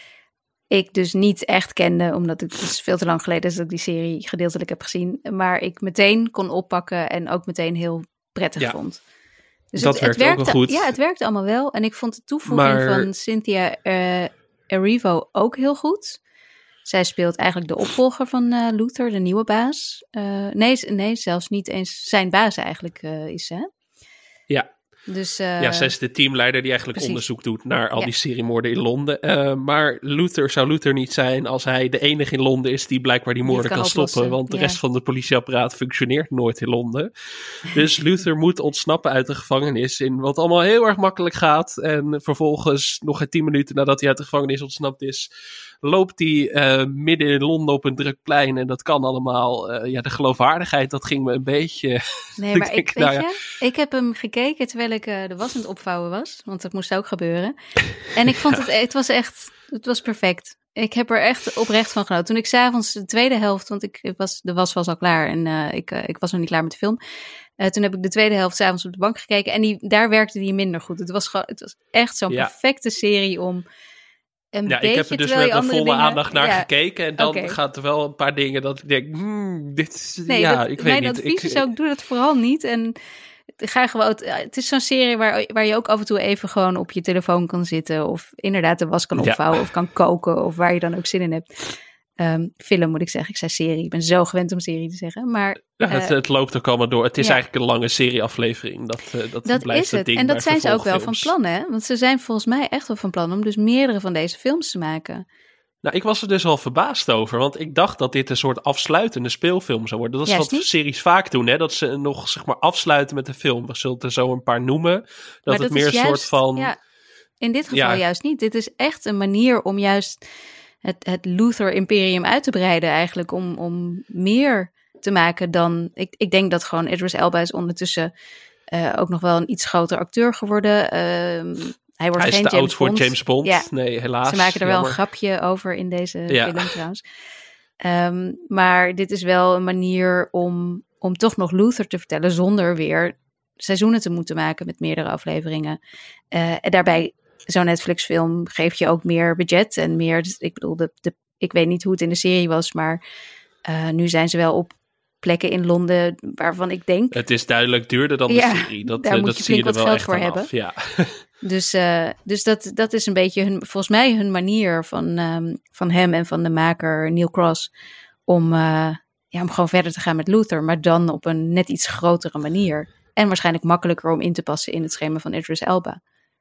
ik dus niet echt kende, omdat het dus veel te lang geleden is dat ik die serie gedeeltelijk heb gezien. Maar ik meteen kon oppakken en ook meteen heel prettig Ja. vond. Dus Dat het, het werkt ook werkte, wel goed. Ja, het werkte allemaal wel. En ik vond de toevoeging Maar- van Cynthia uh, Erivo ook heel goed. Zij speelt eigenlijk de opvolger van uh, Luther, de nieuwe baas. Uh, nee, nee, zelfs niet eens zijn baas eigenlijk uh, is ze. Hè? Ja. Dus, uh, Ja, zij is de teamleider die eigenlijk precies. onderzoek doet naar al Ja. die seriemoorden in Londen. Uh, maar Luther zou Luther niet zijn als hij de enige in Londen is die blijkbaar die Die moorden het kan, kan oplossen, stoppen. Want de ja. rest van het politieapparaat functioneert nooit in Londen. Dus Luther moet ontsnappen uit de gevangenis in wat allemaal heel erg makkelijk gaat. En vervolgens, nog geen tien minuten nadat hij uit de gevangenis ontsnapt is, loopt hij uh, midden in Londen op een druk plein. En dat kan allemaal. Uh, ja, de geloofwaardigheid, dat ging me een beetje... Nee, maar ik, denk, weet nou ja. je, ik heb hem gekeken terwijl ik uh, de was aan het opvouwen was. Want dat moest ook gebeuren. En ik vond het, het was echt, het was perfect. Ik heb er echt oprecht van genoten. Toen ik s'avonds de tweede helft, want ik, ik was, de was was al klaar en uh, ik, uh, ik was nog niet klaar met de film. Uh, toen heb ik de tweede helft s'avonds op de bank gekeken en die, daar werkte die minder goed. Het was, gewoon, het was echt zo'n Ja. perfecte serie om een Ja, beetje... ik heb er dus terwijl met je een andere volle dingen- aandacht naar ja, gekeken. En dan oké. gaat er wel een paar dingen dat ik denk, hmm, dit is, Nee, ja, dat, ik weet mijn niet. advies Ik, is ook, doe dat vooral niet. En ga gewoon, het is zo'n serie waar, waar je ook af en toe even gewoon op je telefoon kan zitten. Of inderdaad de was kan Ja. opvouwen of kan koken. Of waar je dan ook zin in hebt. Um, film moet ik zeggen. Ik zei serie. Ik ben zo gewend om serie te zeggen. Maar ja, het, uh, het loopt ook allemaal door. Het is ja. eigenlijk een lange serieaflevering. Dat, uh, dat, dat blijft is het het. ding En dat bij zijn ze ook wel van vervolgfilms. plan, hè? Want ze zijn volgens mij echt wel van plan om dus meerdere van deze films te maken. Nou, ik was er dus al verbaasd over. Want ik dacht dat dit een soort afsluitende speelfilm zou worden. Dat is Juist wat niet. series vaak doen. Hè? Dat ze nog zeg maar afsluiten met een film. We zullen er zo een paar noemen. Dat Maar het dat meer is een juist, soort van... Ja, in dit geval Ja. juist niet. Dit is echt een manier om juist het, het Luther-imperium uit te breiden eigenlijk. Om, om meer te maken dan... Ik, ik denk dat gewoon Idris Elba is ondertussen uh, ook nog wel een iets groter acteur geworden. Uh, hij wordt Hij is geen te James oud voor Bond. James Bond. Ja. Nee, helaas. Ze maken er wel Jammer. een grapje over in deze Ja. film trouwens. Um, maar dit is wel een manier om, om toch nog Luther te vertellen zonder weer seizoenen te moeten maken met meerdere afleveringen. Uh, en daarbij, zo'n Netflix-film geeft je ook meer budget en meer... Dus ik bedoel, de, de, ik weet niet hoe het in de serie was, maar uh, nu zijn ze wel op plekken in Londen waarvan ik denk... Het is duidelijk duurder dan Ja, de serie. Dat, daar uh, moet dat je zie je flink er wat wel geld echt voor aan af. Ja. Dus, uh, dus dat, dat is een beetje hun, volgens mij hun manier van, um, van hem en van de maker Neil Cross om, uh, ja, om gewoon verder te gaan met Luther, maar dan op een net iets grotere manier. En waarschijnlijk makkelijker om in te passen in het schema van Idris Elba.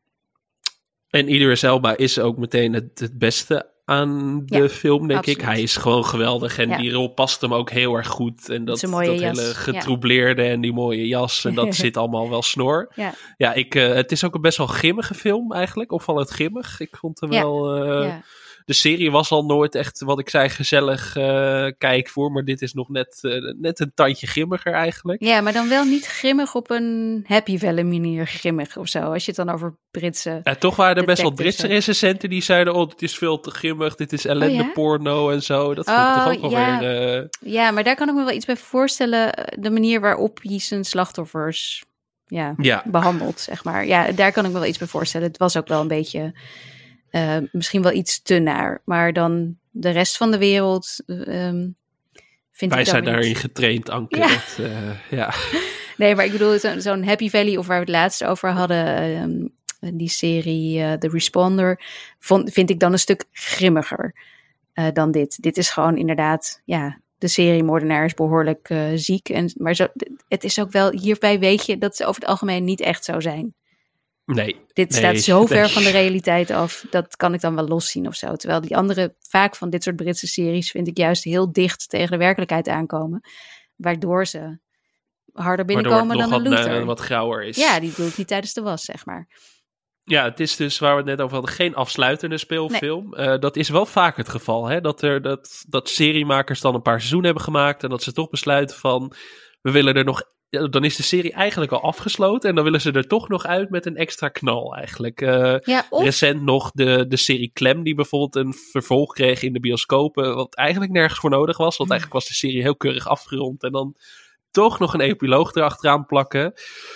En Idris Elba is ook meteen het, het beste aan de Ja, film, denk absoluut. ik. Hij is gewoon geweldig en Ja. die rol past hem ook heel erg goed. En dat, zijn mooie dat jas, hele ja. getroubleerde en die mooie jas, en dat zit allemaal wel snor. Ja, Ja, ik, uh, het is ook een best wel grimmige film eigenlijk, opvallend grimmig. Ik vond hem Ja. wel... Uh, ja. De serie was al nooit echt, wat ik zei, gezellig uh, kijk voor, maar dit is nog net, uh, net een tandje grimmiger eigenlijk. ja, maar dan wel niet grimmig op een Happy Valley manier grimmig of zo. Als je het dan over Britse... Ja, toch waren er best wel detectives Britse recensenten die zeiden, oh, dit is veel te grimmig, dit is ellende Oh, ja? porno en zo. Dat vond ik Oh, toch ook wel ja. weer... Uh, Ja, maar daar kan ik me wel iets bij voorstellen. De manier waarop hij zijn slachtoffers ja, Ja. behandelt, zeg maar. Ja, daar kan ik me wel iets bij voorstellen. Het was ook wel een beetje... Uh, misschien wel iets te naar. Maar dan de rest van de wereld... Um, vind wij ik dan zijn weer daarin niet. getraind, Anke. Ja. Dat, uh, ja. Nee, maar ik bedoel, zo, zo'n Happy Valley... of waar we het laatst over hadden... Um, die serie uh, The Responder... Vond, vind ik dan een stuk grimmiger uh, dan dit. Dit is gewoon inderdaad... ja. De seriemoordenaar is behoorlijk uh, ziek. En, maar zo, het is ook wel... Hierbij weet je dat ze over het algemeen niet echt zo zijn. Nee. Dit nee, staat zo ver nee. van de realiteit af. Dat kan ik dan wel loszien of zo. Terwijl die andere, vaak van dit soort Britse series... vind ik juist heel dicht tegen de werkelijkheid aankomen. Waardoor ze harder binnenkomen Waardoor dan het een nog wat, Luther. uh, wat grauwer is. Ja, die doe ik niet tijdens de was, zeg maar. Ja, het is dus, waar we het net over hadden, geen afsluitende speelfilm. Nee. Uh, dat is wel vaak het geval, hè? Dat, er, dat, dat seriemakers dan een paar seizoenen hebben gemaakt... en dat ze toch besluiten van, we willen er nog... Ja, dan is de serie eigenlijk al afgesloten... en dan willen ze er toch nog uit met een extra knal eigenlijk. Uh, Ja, of... Recent nog de, de serie Clem, die bijvoorbeeld een vervolg kreeg in de bioscopen... wat eigenlijk nergens voor nodig was, want eigenlijk was de serie heel keurig afgerond... en dan toch nog een epiloog erachteraan plakken.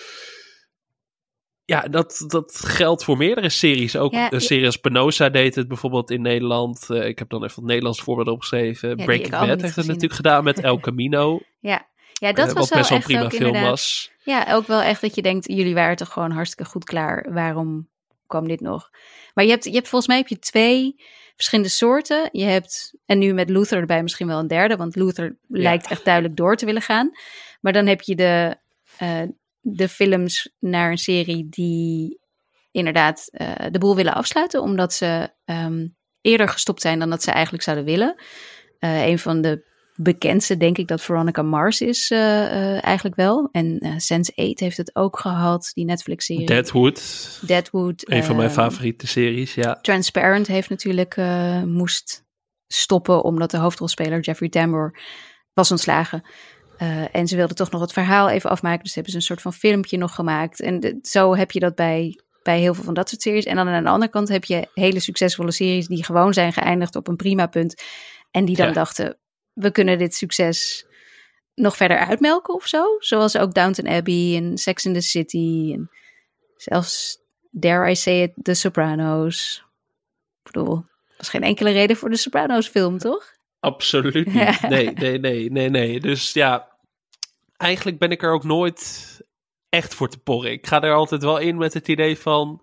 Ja, dat, dat geldt voor meerdere series. Ook Ja, een serie als Penosa deed het bijvoorbeeld in Nederland. Uh, ik heb dan even het Nederlands voorbeeld opgeschreven. die Breaking ik allemaal Bad niet heeft het gezien natuurlijk gedaan met El Camino. Ja, ja dat uh, was wat wel best wel echt een prima ook film inderdaad. was. Ja, ook wel echt dat je denkt, jullie waren toch gewoon hartstikke goed klaar. Waarom kwam dit nog? Maar je hebt, je hebt volgens mij heb je twee verschillende soorten. Je hebt, en nu met Luther erbij misschien wel een derde, want Luther ja. lijkt echt duidelijk door te willen gaan. Maar dan heb je de, uh, de films naar een serie die inderdaad uh, de boel willen afsluiten, omdat ze um, eerder gestopt zijn dan dat ze eigenlijk zouden willen. Uh, een van de bekendste denk ik dat Veronica Mars is uh, uh, eigenlijk wel. En uh, sense eight heeft het ook gehad, die Netflix-serie. Deadwood. Deadwood. Een uh, van mijn uh, favoriete series, ja. Transparent heeft natuurlijk uh, moest stoppen omdat de hoofdrolspeler Jeffrey Tambor was ontslagen. Uh, en ze wilden toch nog het verhaal even afmaken, dus hebben ze een soort van filmpje nog gemaakt. En de, zo heb je dat bij, bij heel veel van dat soort series. En dan aan de andere kant heb je hele succesvolle series die gewoon zijn geëindigd op een prima punt. En die dan ja. dachten, we kunnen dit succes nog verder uitmelken of zo. Zoals ook Downton Abbey en Sex in the City. En zelfs, dare I say it, The Sopranos. Ik bedoel, er was geen enkele reden voor de Sopranos film, toch? Absoluut niet. Nee, nee, nee, nee, nee. Dus ja, eigenlijk ben ik er ook nooit echt voor te porren. Ik ga er altijd wel in met het idee van,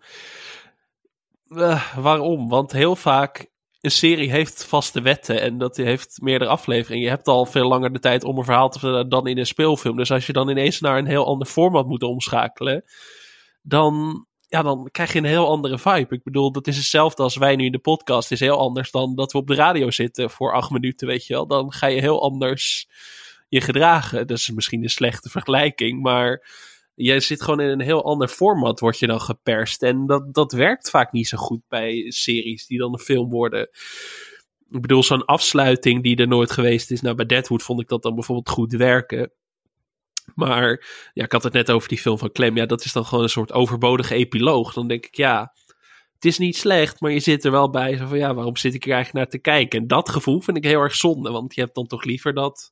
uh, waarom? Want heel vaak, een serie heeft vaste wetten en dat heeft meerdere afleveringen. Je hebt al veel langer de tijd om een verhaal te vertellen dan in een speelfilm. Dus als je dan ineens naar een heel ander format moet omschakelen, dan, ja, dan krijg je een heel andere vibe. Ik bedoel, dat is hetzelfde als wij nu in de podcast. Het is heel anders dan dat we op de radio zitten voor acht minuten, weet je wel. Dan ga je heel anders je gedragen. Dat is misschien een slechte vergelijking, maar je zit gewoon in een heel ander format, word je dan geperst. En dat, dat werkt vaak niet zo goed bij series die dan een film worden. Ik bedoel, zo'n afsluiting die er nooit geweest is. Nou, bij Deadwood vond ik dat dan bijvoorbeeld goed werken. Maar ja, ik had het net over die film van Clem. Ja, dat is dan gewoon een soort overbodige epiloog. Dan denk ik, ja, het is niet slecht, maar je zit er wel bij. Zo van, ja, waarom zit ik er eigenlijk naar te kijken? En dat gevoel vind ik heel erg zonde. Want je hebt dan toch liever dat,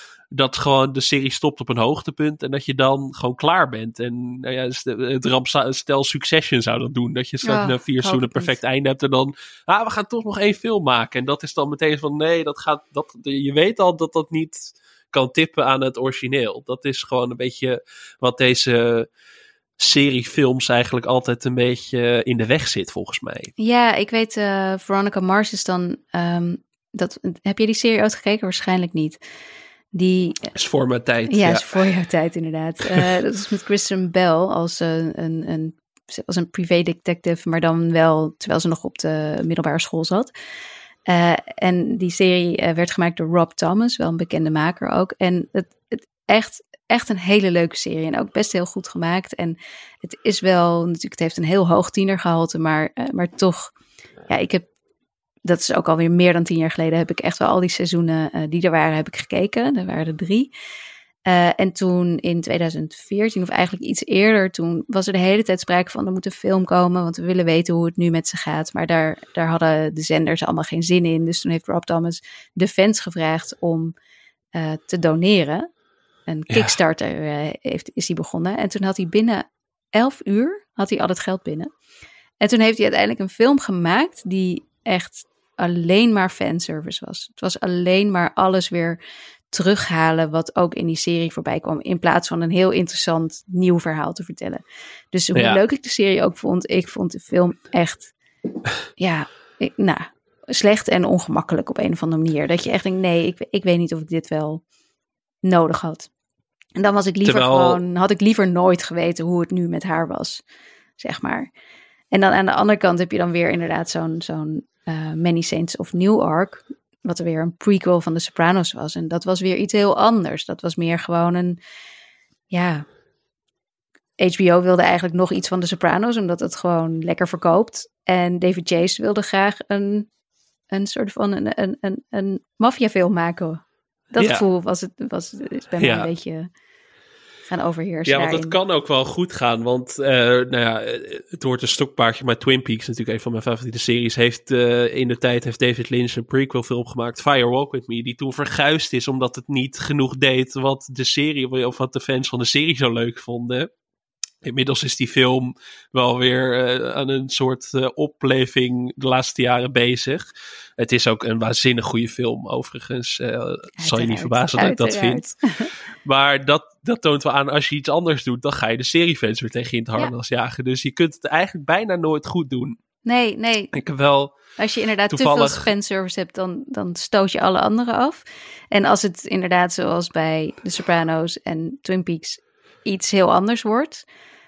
dat gewoon de serie stopt op een hoogtepunt en dat je dan gewoon klaar bent. En nou ja, het rampstel Succession zou dat doen. Dat je straks ja, na vier seizoenen een perfect einde hebt en dan, ah, we gaan toch nog één film maken. En dat is dan meteen van, nee, dat gaat, dat, je weet al dat dat niet kan tippen aan het origineel. Dat is gewoon een beetje wat deze seriefilms eigenlijk altijd een beetje in de weg zit, volgens mij. Ja, ik weet, uh, Veronica Mars is dan, um, dat, heb je die serie uitgekeken? Waarschijnlijk niet. Die is voor mijn tijd. Ja, ja. is voor jouw tijd inderdaad. Uh, dat is met Kristen Bell als uh, een, een, als een privé detective, maar dan wel terwijl ze nog op de middelbare school zat. Uh, en die serie uh, werd gemaakt door Rob Thomas, wel een bekende maker ook. En het, het echt, echt een hele leuke serie en ook best heel goed gemaakt. En het is wel, natuurlijk, het heeft een heel hoog tienergehalte, maar, uh, maar toch, ja, ik heb, dat is ook alweer meer dan tien jaar geleden, heb ik echt wel al die seizoenen uh, die er waren, heb ik gekeken. Er waren er drie. Uh, en toen in tweeduizend veertien, of eigenlijk iets eerder, toen was er de hele tijd sprake van, er moet een film komen, want we willen weten hoe het nu met ze gaat. Maar daar, daar hadden de zenders allemaal geen zin in. Dus toen heeft Rob Thomas de fans gevraagd om uh, te doneren. Een Kickstarter uh, heeft, is hij begonnen. En toen had hij binnen elf uur, had hij al het geld binnen. En toen heeft hij uiteindelijk een film gemaakt die echt alleen maar fanservice was. Het was alleen maar alles weer terughalen wat ook in die serie voorbij kwam, in plaats van een heel interessant nieuw verhaal te vertellen. Dus hoe ja. leuk ik de serie ook vond, ik vond de film echt, ja, ik, nou, slecht en ongemakkelijk op een of andere manier. Dat je echt denkt, nee, ik, ik weet niet of ik dit wel nodig had. En dan was ik liever Terwijl... gewoon, had ik liever nooit geweten hoe het nu met haar was, zeg maar. En dan aan de andere kant heb je dan weer inderdaad zo'n, zo'n uh, Many Saints of Newark, wat er weer een prequel van de Sopranos was. En dat was weer iets heel anders. Dat was meer gewoon een, ja, H B O wilde eigenlijk nog iets van de Sopranos, omdat het gewoon lekker verkoopt. En David Chase wilde graag een, een soort van een, een, een, een maffiafilm maken. Dat ja. gevoel was het, was, is bij mij ja. een beetje gaan overheersen. Ja, want daarin. dat kan ook wel goed gaan. Want uh, nou ja, het wordt een stokpaardje. Maar Twin Peaks, natuurlijk een van mijn favoriete series, heeft uh, in de tijd heeft David Lynch een prequel film gemaakt, Fire Walk With Me, die toen verguisd is omdat het niet genoeg deed wat de serie, of wat de fans van de serie zo leuk vonden. Inmiddels is die film wel weer uh, aan een soort uh, opleving de laatste jaren bezig. Het is ook een waanzinnig goede film, overigens. Uh, zal je niet verbazen dat ik dat vind. Maar dat, dat toont wel aan, als je iets anders doet, dan ga je de seriefans weer tegen in het harnas ja. jagen. Dus je kunt het eigenlijk bijna nooit goed doen. Nee, nee. Ik heb wel Als je inderdaad toevallig... te veel fanservice hebt, dan, dan stoot je alle anderen af. En als het inderdaad zoals bij The Sopranos en Twin Peaks iets heel anders wordt,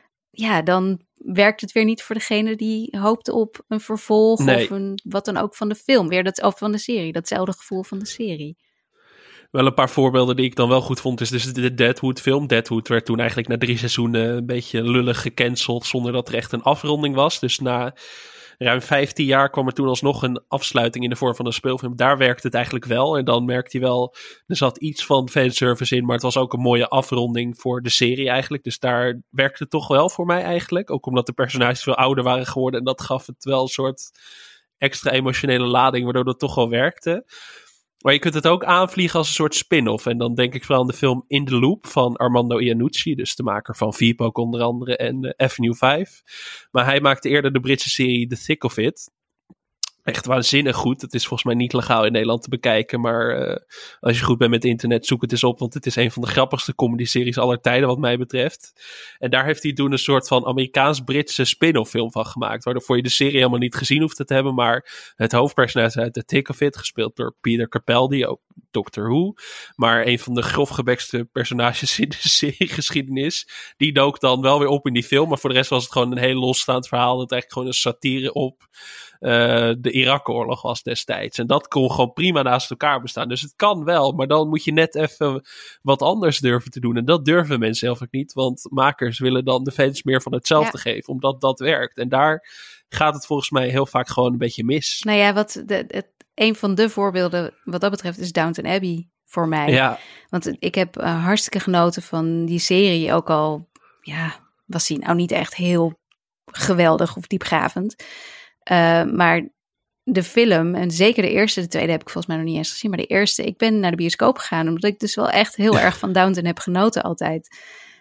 ja, dan werkt het weer niet voor degene die hoopt op een vervolg nee. of een, wat dan ook van de film. Weer dat, of van de serie, datzelfde gevoel van de serie. Wel een paar voorbeelden die ik dan wel goed vond is dus de Deadwood film. Deadwood werd toen eigenlijk na drie seizoenen een beetje lullig gecanceld zonder dat er echt een afronding was. Dus na ruim vijftien jaar kwam er toen alsnog een afsluiting in de vorm van een speelfilm. Daar werkte het eigenlijk wel. En dan merkte je wel, er zat iets van fanservice in, maar het was ook een mooie afronding voor de serie eigenlijk. Dus daar werkte het toch wel voor mij eigenlijk. Ook omdat de personages veel ouder waren geworden en dat gaf het wel een soort extra emotionele lading, waardoor dat toch wel werkte. Maar je kunt het ook aanvliegen als een soort spin-off. En dan denk ik vooral aan de film In the Loop van Armando Iannucci. Dus de maker van Veep ook onder andere en uh, Avenue vijf. Maar hij maakte eerder de Britse serie The Thick of It. Echt waanzinnig goed. Het is volgens mij niet legaal in Nederland te bekijken. Maar uh, als je goed bent met internet, zoek het eens op. Want het is een van de grappigste comedy-series aller tijden wat mij betreft. En daar heeft hij toen een soort van Amerikaans-Britse spin-off film van gemaakt. Waardoor je de serie helemaal niet gezien hoeft te hebben. Maar het hoofdpersonage uit The Thick of It, gespeeld door Peter Capaldi, ook Doctor Who. Maar een van de grofgebekste personages in de seriegeschiedenis. Die dook dan wel weer op in die film. Maar voor de rest was het gewoon een heel losstaand verhaal. Dat eigenlijk gewoon een satire op Uh, de Irak-oorlog was destijds. En dat kon gewoon prima naast elkaar bestaan. Dus het kan wel, maar dan moet je net even wat anders durven te doen. En dat durven mensen zelf ook niet, want makers willen dan de fans meer van hetzelfde ja. geven, omdat dat werkt. En daar gaat het volgens mij heel vaak gewoon een beetje mis. Nou ja, wat de, het, een van de voorbeelden wat dat betreft is Downton Abbey voor mij. Ja. Want ik heb uh, hartstikke genoten van die serie, ook al ja, was die nou niet echt heel geweldig of diepgravend. Uh, maar de film, en zeker de eerste, de tweede heb ik volgens mij nog niet eens gezien, maar de eerste, ik ben naar de bioscoop gegaan, omdat ik dus wel echt heel erg van Downton heb genoten altijd.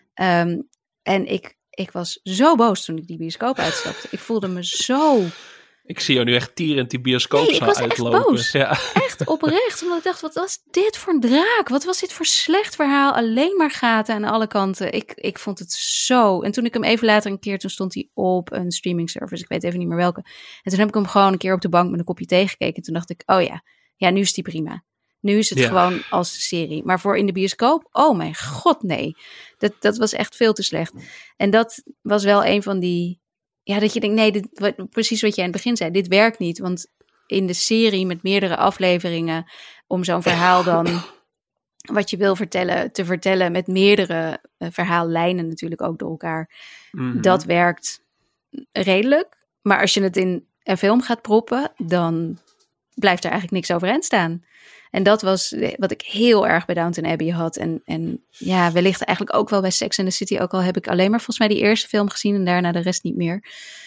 Um, en ik, ik was zo boos toen ik die bioscoop uitstapte. Ik voelde me zo... Ik zie jou nu echt tierend die bioscoop nee, ik was uitlopen. Echt boos. Ja. Echt oprecht. Omdat ik dacht, wat was dit voor een draak? Wat was dit voor slecht verhaal? Alleen maar gaten aan alle kanten. Ik, ik vond het zo. En toen ik hem even later een keer, toen stond hij op een streaming service. Ik weet even niet meer welke. En toen heb ik hem gewoon een keer op de bank met een kopje thee gekeken. En toen dacht ik, oh ja, ja, nu is die prima. Nu is het ja. gewoon als serie. Maar voor in de bioscoop, oh mijn god, nee. Dat, dat was echt veel te slecht. En dat was wel een van die... Ja, dat je denkt, nee, dit, wat, precies wat jij in het begin zei, dit werkt niet. Want in de serie met meerdere afleveringen, om zo'n verhaal dan, wat je wil vertellen, te vertellen met meerdere uh, verhaallijnen natuurlijk ook door elkaar. Mm-hmm. Dat werkt redelijk. Maar als je het in een film gaat proppen, dan blijft er eigenlijk niks overeind staan. En dat was wat ik heel erg bij Downton Abbey had. En, en ja, wellicht eigenlijk ook wel bij Sex and the City. Ook al heb ik alleen maar volgens mij die eerste film gezien en daarna de rest niet meer.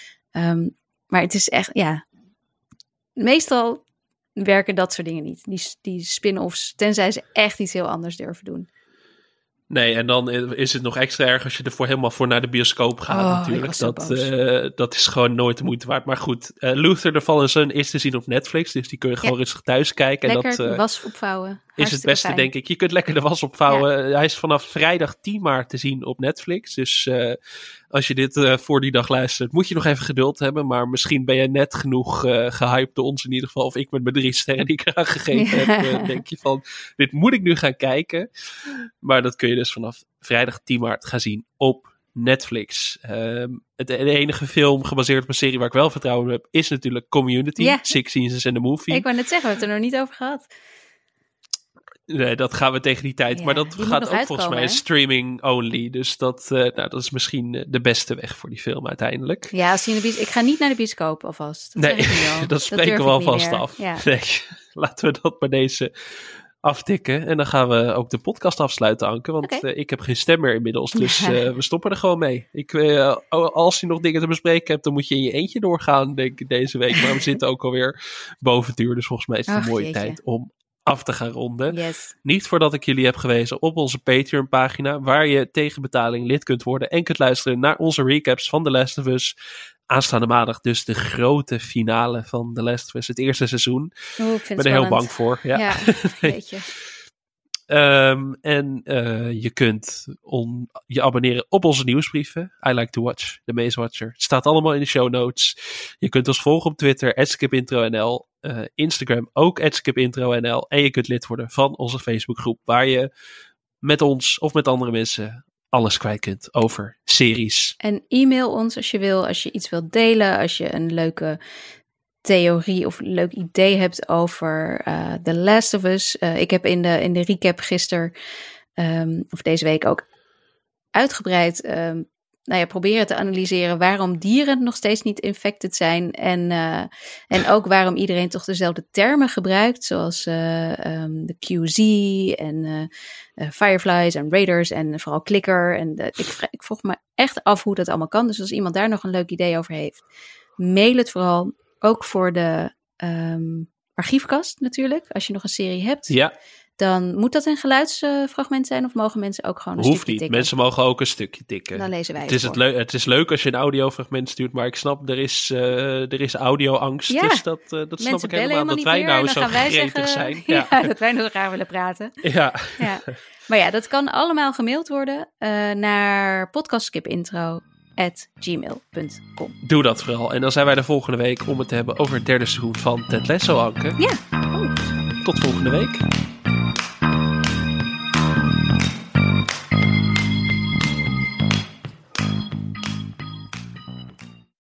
Um, maar het is echt, ja... Meestal werken dat soort dingen niet. Die, die spin-offs, tenzij ze echt iets heel anders durven doen. Nee, en dan is het nog extra erg als je ervoor helemaal voor naar de bioscoop gaat oh, natuurlijk. Dat, uh, dat is gewoon nooit de moeite waard. Maar goed, uh, Luther the Fallen Sun is te zien op Netflix. Dus die kun je gewoon ja. rustig thuis kijken. Lekker en dat, uh, was opvouwen. Is het beste, fijn. Denk ik. Je kunt lekker de was opvouwen. Ja. Hij is vanaf vrijdag tien maart te zien op Netflix. Dus uh, als je dit uh, voor die dag luistert, moet je nog even geduld hebben. Maar misschien ben je net genoeg uh, gehyped door ons in ieder geval. Of ik met mijn drie sterren die ik eraan gegeven ja. heb. Uh, denk je van, dit moet ik nu gaan kijken. Maar dat kun je dus vanaf vrijdag tien maart gaan zien op Netflix. Um, het, de enige film gebaseerd op een serie waar ik wel vertrouwen in heb, is natuurlijk Community. Ja. Six Seasons and a Movie. Ik wou net zeggen, we hebben het er nog niet over gehad. Nee, dat gaan we tegen die tijd. Ja, maar dat gaat ook volgens mij hè? streaming only. Dus dat, uh, nou, dat is misschien de beste weg voor die film uiteindelijk. Ja, als je in de bios- ik ga niet naar de bioscoop alvast. Dat nee, dat spreken dat we alvast af. Ja. Nee, laten we dat bij deze aftikken. En dan gaan we ook de podcast afsluiten, Anke. Want Oké. uh, ik heb geen stem meer inmiddels. Dus uh, we stoppen er gewoon mee. Ik, uh, als je nog dingen te bespreken hebt, dan moet je in je eentje doorgaan, denk ik, deze week. Maar we zitten ook alweer boven het uur. Dus volgens mij is het Ach, een mooie jeetje. tijd om af te gaan ronden. Yes. Niet voordat ik jullie heb gewezen op onze Patreon-pagina, waar je tegen betaling lid kunt worden en kunt luisteren naar onze recaps van The Last of Us. Aanstaande maandag dus de grote finale van The Last of Us, het eerste seizoen. Oeh, ik Ik vind ben het er heel spannend. bang voor. Ja. Ja, weet je. Um, en uh, je kunt on, je abonneren op onze nieuwsbrieven. I like to watch, The Maze Watcher. Het staat allemaal in de show notes. Je kunt ons volgen op Twitter, at skipintronl. Uh, Instagram ook, at skipintronl. En je kunt lid worden van onze Facebookgroep, waar je met ons of met andere mensen alles kwijt kunt over series. En e-mail ons als je wil, als je iets wilt delen, als je een leuke theorie of een leuk idee hebt over uh, The Last of Us. Uh, ik heb in de, in de recap gisteren, um, of deze week ook uitgebreid, um, nou ja, proberen te analyseren waarom dieren nog steeds niet infected zijn. En, uh, en ook waarom iedereen toch dezelfde termen gebruikt, zoals uh, um, de Q Z en uh, uh, Fireflies en Raiders en vooral Clicker. En uh, ik, ik vroeg me echt af hoe dat allemaal kan. Dus als iemand daar nog een leuk idee over heeft, mail het vooral. Ook voor de um, archiefkast natuurlijk. Als je nog een serie hebt, Ja. dan moet dat een geluidsfragment zijn of mogen mensen ook gewoon een Hoeft stukje niet. tikken? Mensen mogen ook een stukje tikken. Dan lezen wij Het het is, het, voor. leu- het is leuk als je een audiofragment stuurt, maar ik snap, er is, uh, er is audio-angst. Ja. Dus dat, uh, dat snap Mensen ik bellen helemaal. helemaal Dat wij niet meer. nou En dan zo gaan wij gretig zeggen, zijn. Ja, Ja. dat wij nog graag willen praten. Ja. Ja. Maar ja, dat kan allemaal gemaild worden uh, naar podcastskipintro at gmail punt com. Doe dat vooral. En dan zijn wij de volgende week om het te hebben over het derde seizoen van Ted Lasso, Anke. Ja. Oh. Tot volgende week.